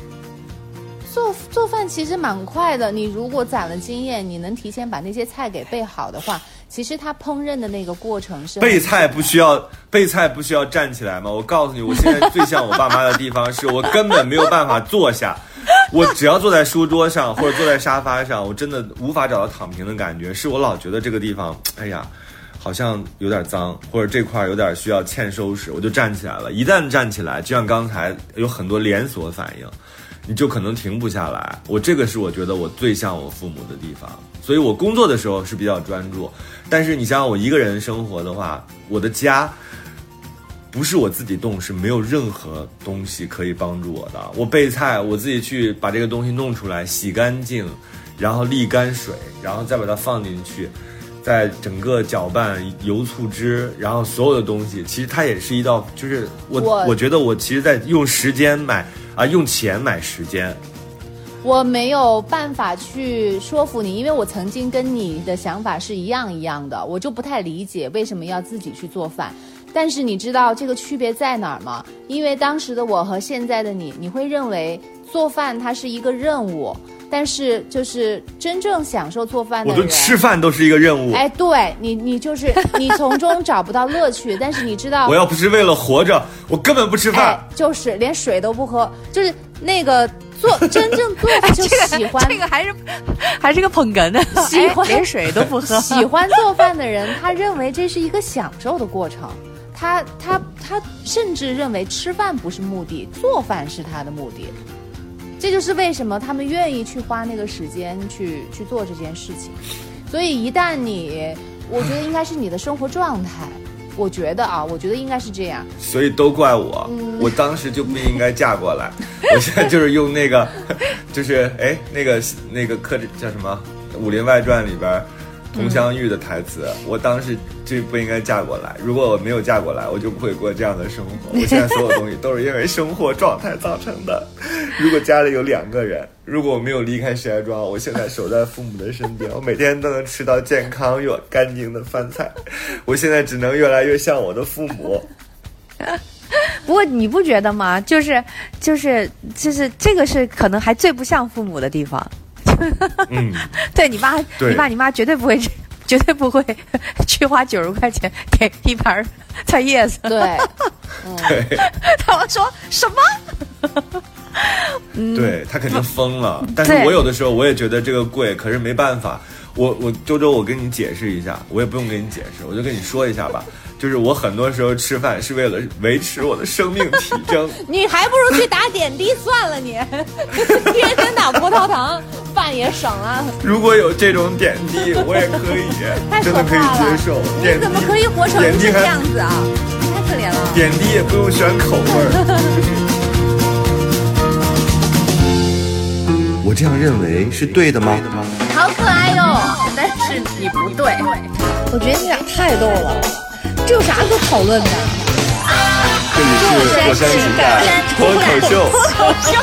做饭其实蛮快的，你如果攒了经验，你能提前把那些菜给备好的话，其实它烹饪的那个过程是备菜不需要站起来吗？我告诉你，我现在最像我爸妈的地方是我根本没有办法坐下，我只要坐在书桌上或者坐在沙发上，我真的无法找到躺平的感觉，是我老觉得这个地方哎呀好像有点脏，或者这块有点需要欠收拾，我就站起来了。一旦站起来，就像刚才有很多连锁反应，你就可能停不下来。这个是我觉得我最像我父母的地方，所以我工作的时候是比较专注。但是你想想我一个人生活的话，我的家不是我自己动，是没有任何东西可以帮助我的。我备菜，我自己去把这个东西弄出来，洗干净， 然后沥干水，然后再把它放进去，再整个搅拌油醋汁，然后所有的东西，其实它也是一道，就是我觉得我其实在用时间用钱买时间。 我没有办法去说服你，因为我曾经跟你的想法是一样的，我就不太理解为什么要自己去做饭。但是你知道这个区别在哪儿吗？因为当时的我和现在的你会认为做饭它是一个任务，但是就是真正享受做饭的人， 我觉得吃饭都是一个任务。 哎，对，你就是你从中找不到乐趣，但是你知道， 我要不是为了活着，我根本不吃饭。 就是连水都不喝，就是那个真正做就喜欢、 这个还是个捧哏的， 喜欢连水都不喝。 喜欢做饭的人，他认为这是一个享受的过程，他甚至认为吃饭不是目的，做饭是他的目的。这就是为什么他们愿意去花那个时间去做这件事情。所以一旦我觉得应该是你的生活状态。我觉得应该是这样， 所以都怪我，我当时就不应该嫁过来。我现在就是用那个，就是那个课叫什么《武林外传》里边佟湘玉的台词，我当时就不应该嫁过来。如果我没有嫁过来，我就不会过这样的生活。我现在所有东西都是因为生活状态造成的。如果家里有2个人，如果我没有离开石家庄，我现在守在父母的身边，我每天都能吃到健康又干净的饭菜。我现在只能越来越像我的父母。 不过你不觉得吗？就是这个是可能还最不像父母的地方。对你妈绝对不会去花90块钱给一盘菜叶子。 对， 他们说什么？ 对，他肯定疯了。但是我有的时候我也觉得这个贵，可是没办法。我周周，我跟你解释一下，我也不用跟你解释，我就跟你说一下吧。就是我很多时候吃饭是为了维持我的生命体征。 你还不如去打点滴算了你，天天打葡萄糖，饭也省了。 如果有这种点滴，我也可以，真的可以接受。 你怎么可以活成这个样子啊？太可怜了。 点滴也不用选口味儿。我这样认为是对的吗？ 好可爱哟，但是你不对。 我觉得你俩太逗了，这有啥可讨论的？ 这里是火山情感脱口秀。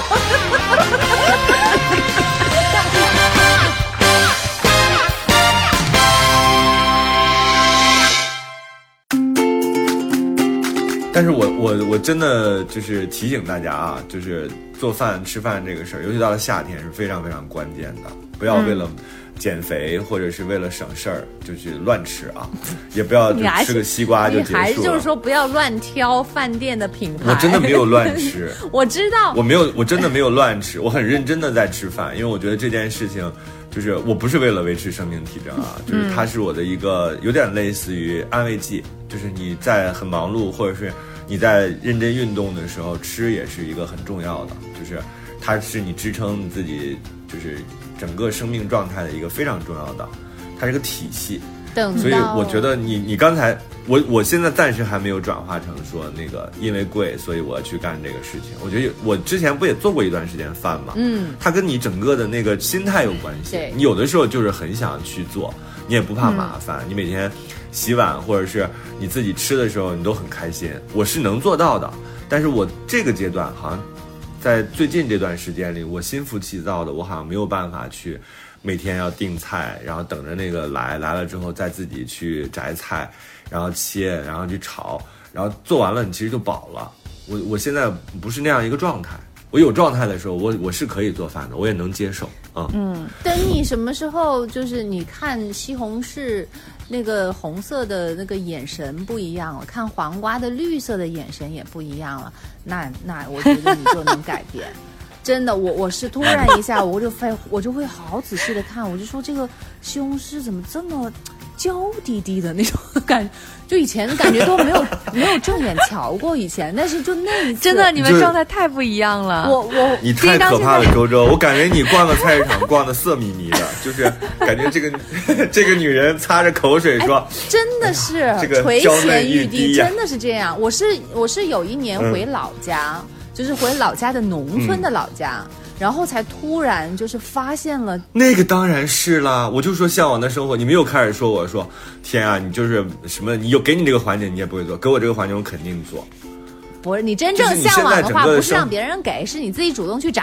但是我真的就是提醒大家啊，就是做饭吃饭这个事儿，尤其到了夏天是非常非常关键的，不要为了减肥或者是为了省事儿就去乱吃啊，也不要就吃个西瓜就结束了。 你还是就是说不要乱挑饭店的品牌。 我真的没有乱吃。 我知道我真的没有乱吃，我很认真的在吃饭，因为我觉得这件事情就是我不是为了维持生命体征啊，就是它是我的一个有点类似于安慰剂，就是你在很忙碌或者是你在认真运动的时候吃也是一个很重要的，就是它是你支撑你自己就是整个生命状态的一个非常重要的，它是个体系。所以我觉得你刚才我现在暂时还没有转化成说那个因为贵所以我要去干这个事情。我觉得我之前不也做过一段时间饭嘛，它跟你整个的那个心态有关系。你有的时候就是很想去做，你也不怕麻烦，你每天洗碗或者是你自己吃的时候你都很开心，我是能做到的。但是我这个阶段好像在最近这段时间里，我心浮气躁的，我好像没有办法去每天要订菜，然后等着那个来了之后再自己去摘菜，然后切，然后去炒，然后做完了你其实就饱了。我现在不是那样一个状态，我有状态的时候我是可以做饭的，我也能接受。 等你什么时候就是你看西红柿那个红色的那个眼神不一样了，看黄瓜的绿色的眼神也不一样了，那我觉得你就能改变。真的，我是突然一下我就会好仔细的看，我就说这个西红柿怎么这么娇滴滴的那种感觉，就以前感觉都没有正眼瞧过以前，但是就那一次真的你们状态太不一样了。 你太可怕了，周周，我感觉你逛个菜市场逛的色迷迷的，就是感觉这个女人擦着口水说， 真的是垂涎欲滴，真的是这样。我是有一年回老家。就是回老家的农村的老家， 然后才突然就是发现了。 那个当然是啦，我就说向往的生活，你们又开始说我说天啊，你就是什么，你有给你这个环境你也不会做，给我这个环境我肯定做。 不是你真正向往的话，不是让别人给，是你自己主动去找。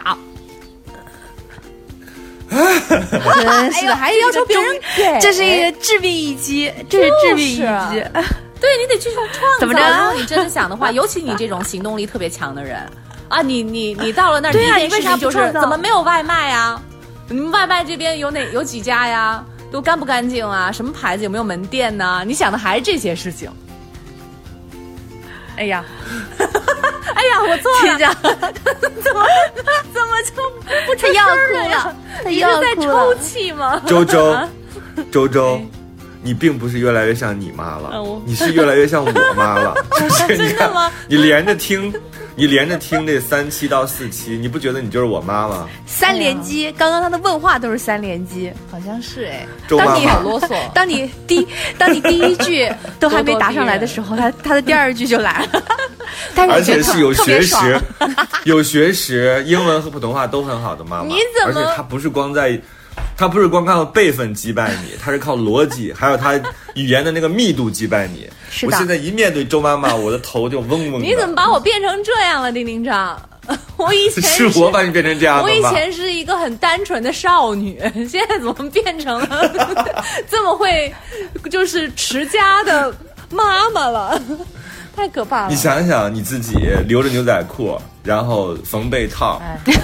真是的，还要求别人给， 这是一个致命一击，这是致命一击。 对，你得去创造。 怎么着？ 如果你真的想的话，尤其你这种行动力特别强的人啊，你到了那儿， 对啊， 你为啥不创造？怎么没有外卖啊？你们外卖这边有几家呀？都干不干净啊？什么牌子？有没有门店呢？你想的还是这些事情。 哎呀， 哎呀，我错了，怎么就不他要哭了？他你是在抽泣吗？ 周周，你并不是越来越像你妈了，你是越来越像我妈了。就是真的吗？ 你连着听这3期到4期，你不觉得你就是我妈吗 ？3连击，刚刚他的问话都是3连击， 好像是哎。 周妈妈好啰嗦。 当你第一句都还没答上来的时候，他的第2句就来了。但是而且是有学识，有学识，英文和普通话都很好的妈妈。 你怎么？ 而且她不是光靠辈分击败你，她是靠逻辑，还有她语言的那个密度击败你。我现在一面对周妈妈，我的头就嗡嗡的。 你怎么把我变成这样了，丁丁张？我以前是我把你变成这样的吗？ 我以前是一个很单纯的少女，现在怎么变成了这么会就是持家的妈妈了？太可怕了！ 你想想你自己留着牛仔裤，然后缝被套，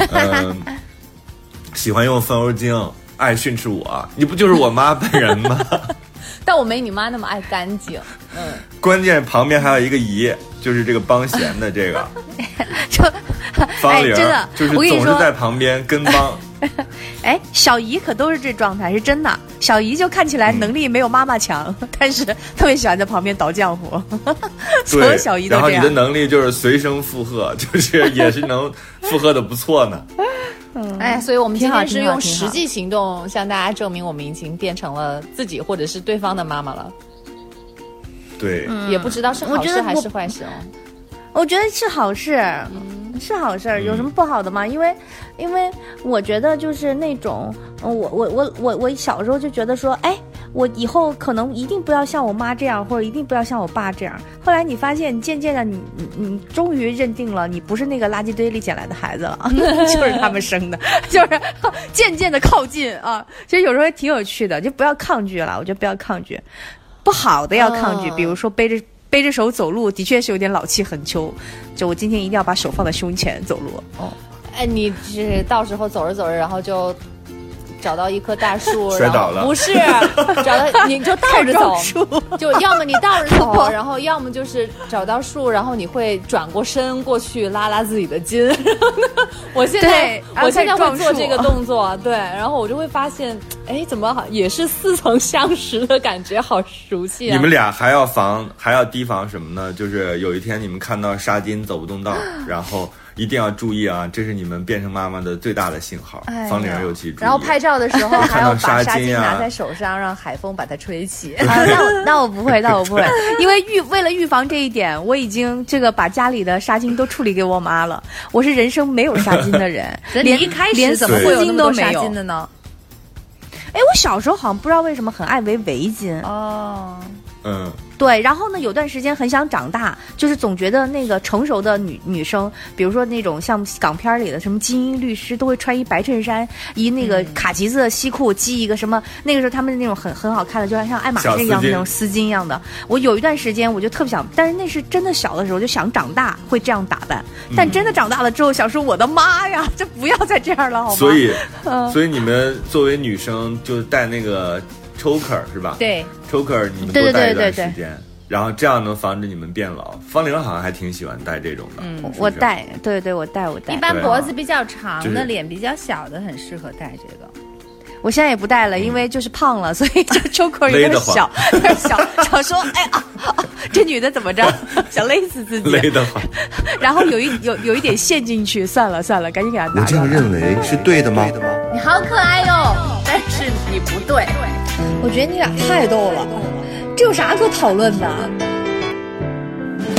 喜欢用风油精，爱训斥我，你不就是我妈本人吗？ 但我没你妈那么爱干净。 关键旁边还有一个姨，就是这个帮闲的这个， 就方玲， 真的， 就是总是在旁边跟帮。 哎，小姨可都是这状态，是真的。小姨就看起来能力没有妈妈强，但是特别喜欢在旁边捣浆糊。所有小姨都这样。 然后你的能力就是随声附和，就是也是能附和的不错呢。 哎，所以我们今天是用实际行动向大家证明，我们已经变成了自己或者是对方的妈妈了。 对， 也不知道是好事还是坏事哦。 我觉得是好事，是好事，有什么不好的吗？因为我觉得就是那种，我小时候就觉得说，哎，我以后可能一定不要像我妈这样，或者一定不要像我爸这样。后来你发现，你渐渐的，你终于认定了，你不是那个垃圾堆里捡来的孩子了，就是他们生的，就是渐渐的靠近啊。其实有时候也挺有趣的，就不要抗拒了。我觉得不要抗拒，不好的要抗拒，比如说背着手走路的确是有点老气横秋，就我今天一定要把手放在胸前走路。 哎，你是到时候走着走着，然后就找到一棵大树， 摔倒了？ 不是，找到你就倒着走，就要么你倒着走，然后要么就是找到树，然后你会转过身过去拉自己的筋。我现在会做这个动作，对，然后我就会发现，哎，怎么也是似曾相识的感觉，好熟悉啊！ 你们俩还要提防什么呢？就是有一天你们看到纱巾走不动道，然后一定要注意啊！这是你们变成妈妈的最大的信号。方玲尤其注意。 然后拍照的时候还要把纱巾拿在手上，让海风把它吹起。 那我不会，因为为了预防这一点，我已经把家里的纱巾都处理给我妈了。我是人生没有纱巾的人， 你一开始怎么会有那么多纱巾的呢？ 哎，我小时候好像不知道为什么很爱围围巾哦。 对，然后呢，有段时间很想长大，就是总觉得那个成熟的女生，比如说那种像港片里的什么精英律师，都会穿一白衬衫，一那个卡其色的西裤，系一个什么，那个时候他们那种很好看的，就像爱马仕一样的那种丝巾一样的。我有一段时间我就特别想，但是那是真的小的时候就想长大会这样打扮，但真的长大了之后想说我的妈呀，这不要再这样了，好吗？ 所以你们作为女生就戴那个choker 是吧？ 对 ，choker 你们多戴一段时间，然后这样能防止你们变老。方玲好像还挺喜欢戴这种的， 我戴，对，我戴。 一般脖子比较长的、脸比较小的，很适合戴这个。 我现在也不戴了，因为就是胖了，所以这choker有点小，想说，哎啊，这女的怎么着，想勒死自己， 勒得慌。 然后有一点陷进去，算了，赶紧给她拿。 我这样认为是对的吗？ 你好可爱哟，但是你不对。 我觉得你俩太逗了，这有啥可讨论的？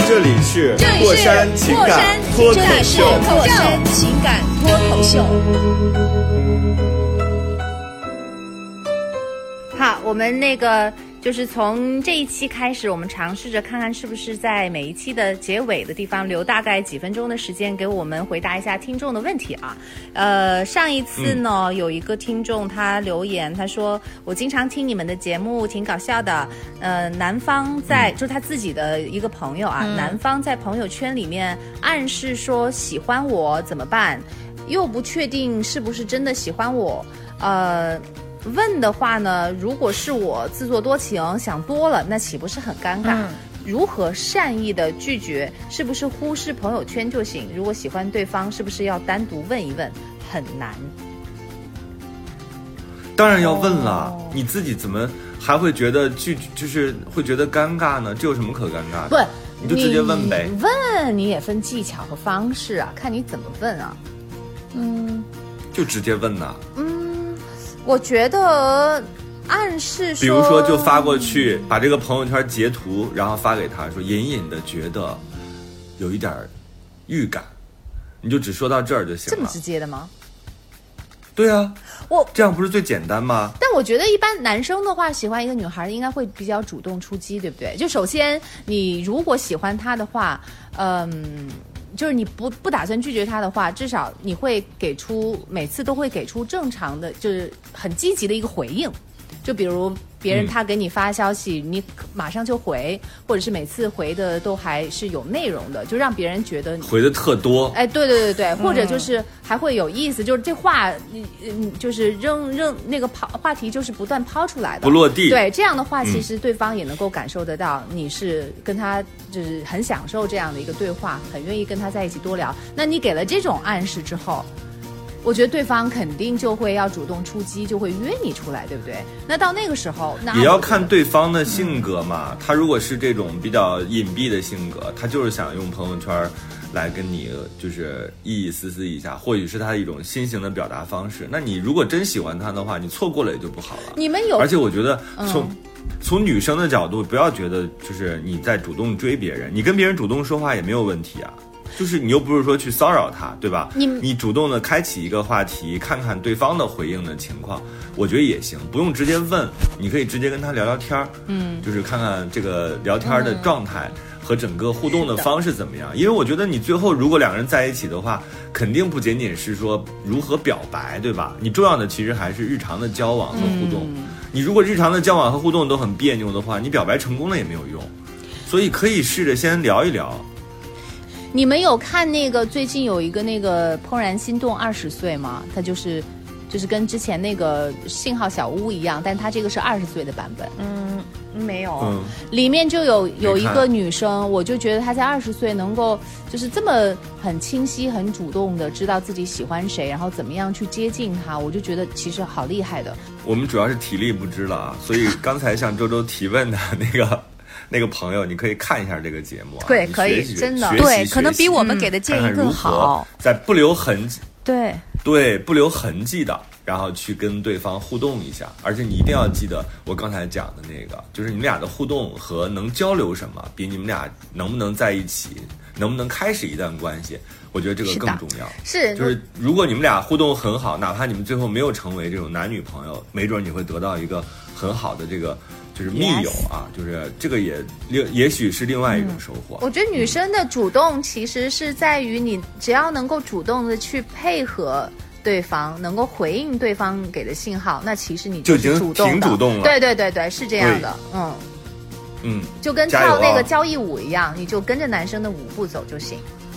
这里是过山情感脱口秀。 过山情感脱口秀。 好，我们那个就是从这一期开始，我们尝试着看看是不是在每一期的结尾的地方留大概几分钟的时间给我们回答一下听众的问题啊。上一次呢，有一个听众他留言，他说我经常听你们的节目，挺搞笑的。男方在就是他自己的一个朋友啊，男方在朋友圈里面暗示说喜欢我怎么办？又不确定是不是真的喜欢我，问的话呢，如果是我自作多情想多了，那岂不是很尴尬？如何善意的拒绝？是不是忽视朋友圈就行？如果喜欢对方，是不是要单独问一问？很难。 当然要问了，你自己怎么还会觉得就是会觉得尴尬呢？这有什么可尴尬的？ 不， 你就直接问呗。 你问你也分技巧和方式啊，看你怎么问啊。 就直接问呐。 我觉得暗示说， 比如说就发过去，把这个朋友圈截图，然后发给他说，隐隐的觉得有一点预感，你就只说到这儿就行了。 这么直接的吗？ 对啊， 我这样不是最简单吗？ 但我觉得一般男生的话，喜欢一个女孩应该会比较主动出击，对不对？就首先你如果喜欢她的话，就是你不打算拒绝他的话，至少你会每次都会给出正常的，就是很积极的一个回应。就比如别人他给你发消息，你马上就回，或者是每次回的都还是有内容的，就让别人觉得你回的特多。 哎，对，或者就是还会有意思，就是这话就是扔那个话题就是不断抛出来的， 不落地。 对，这样的话其实对方也能够感受得到你是跟他就是很享受这样的一个对话，很愿意跟他在一起多聊。那你给了这种暗示之后，我觉得对方肯定就会要主动出击，就会约你出来，对不对？那到那个时候，那也要看对方的性格嘛。他如果是这种比较隐蔽的性格，他就是想用朋友圈来跟你就是意意思思一下，或许是他一种新型的表达方式。那你如果真喜欢他的话，你错过了也就不好了。 你们有， 而且我觉得从女生的角度，不要觉得就是你在主动追别人，你跟别人主动说话也没有问题啊。就是你又不是说去骚扰他，对吧？你主动的开启一个话题，看看对方的回应的情况，我觉得也行，不用直接问，你可以直接跟他聊聊天，就是看看这个聊天的状态和整个互动的方式怎么样。因为我觉得你最后如果两个人在一起的话，肯定不仅仅是说如何表白，对吧？你重要的其实还是日常的交往和互动。你如果日常的交往和互动都很别扭的话，你表白成功了也没有用，所以可以试着先聊一聊。 你们有看那个最近有一个那个怦然心动20岁吗？他就是跟之前那个信号小屋一样，但他这个是20岁的版本。 没有。 里面就有一个女生，我就觉得她在20岁能够就是这么很清晰、很主动的知道自己喜欢谁，然后怎么样去接近他，我就觉得其实好厉害的。 我们主要是体力不支了啊，所以刚才向周周提问的那个朋友，你可以看一下这个节目啊。 对，可以，真的， 对， 可能比我们给的建议更好。 在不留痕迹， 对， 不留痕迹的，然后去跟对方互动一下。而且你一定要记得我刚才讲的那个，就是你们俩的互动和能交流什么，比你们俩能不能在一起，能不能开始一段关系，我觉得这个更重要。就是如果你们俩互动很好，哪怕你们最后没有成为这种男女朋友，没准你会得到一个很好的这个就是密友啊，就是这个也许是另外一种收获。 我觉得女生的主动其实是在于你只要能够主动的去配合对方，能够回应对方给的信号，那其实你就已经挺主动了。 对，是这样的。就跟跳那个交谊舞一样，你就跟着男生的舞步走就行。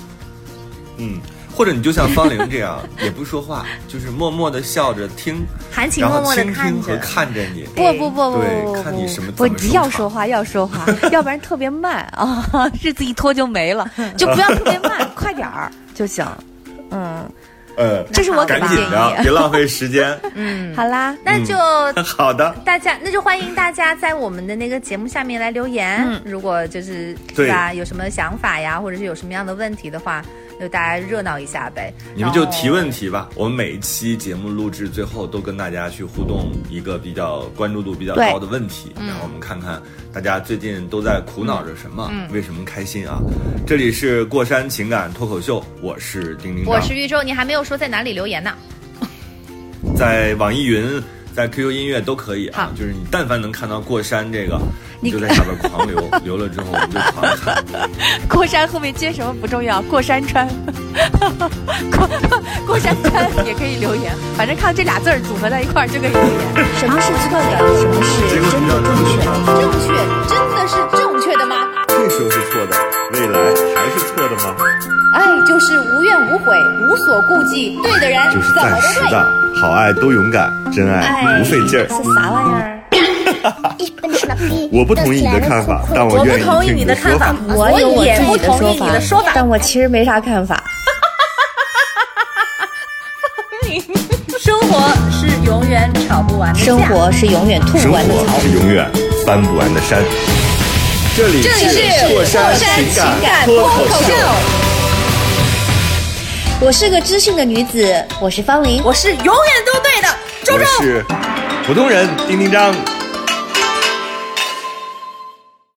或者你就像方玲这样，也不说话，就是默默的笑着听， 含情脉脉的看着， 然后倾听和看着你。 不， 对，看你什么。 不，你要说话，要不然特别慢啊，日子一拖就没了，就不要特别慢，快点儿就行。这是我给的建议， 别浪费时间。 好啦， 那就好的， 那就欢迎大家在我们的那个节目下面来留言。如果就是对吧，有什么想法呀，或者是有什么样的问题的话， 就大家热闹一下呗。 你们就提问题吧，我们每一期节目录制最后都跟大家去互动一个比较关注度比较高的问题，然后我们看看大家最近都在苦恼着什么，为什么开心啊？这里是过山情感脱口秀，我是丁丁张， 我是豫州，你还没有说在哪里留言呢？ 在网易云、在 QQ 音乐都可以啊，就是你但凡能看到过山这个，你就在下边狂留，留了之后我们就狂看。 过山后面接什么不重要，过山川，过山川也可以留言，反正看这俩字儿组合在一块儿就可以留言。 什么是错的？什么是真的正确？正确真的是正确的吗？ 那时候是错的，未来还是错的吗？ 爱就是无怨无悔，无所顾忌，对的人就是怎么暂时都对。 的，好爱多勇敢，真爱不费劲儿。 是啥玩意儿？ 我不同意你的看法，但我愿意听你的说法。 我有我也不自己的同意你的说法， 但我其实没啥看法。 生活是永远吵不完的架， 生活是永远吐生不完的槽活。是永远翻不完的山。这里是过山情感脱口秀。 我是个知性的女子，我是方琳， 我是永远都对的周周。 我是普通人丁丁张。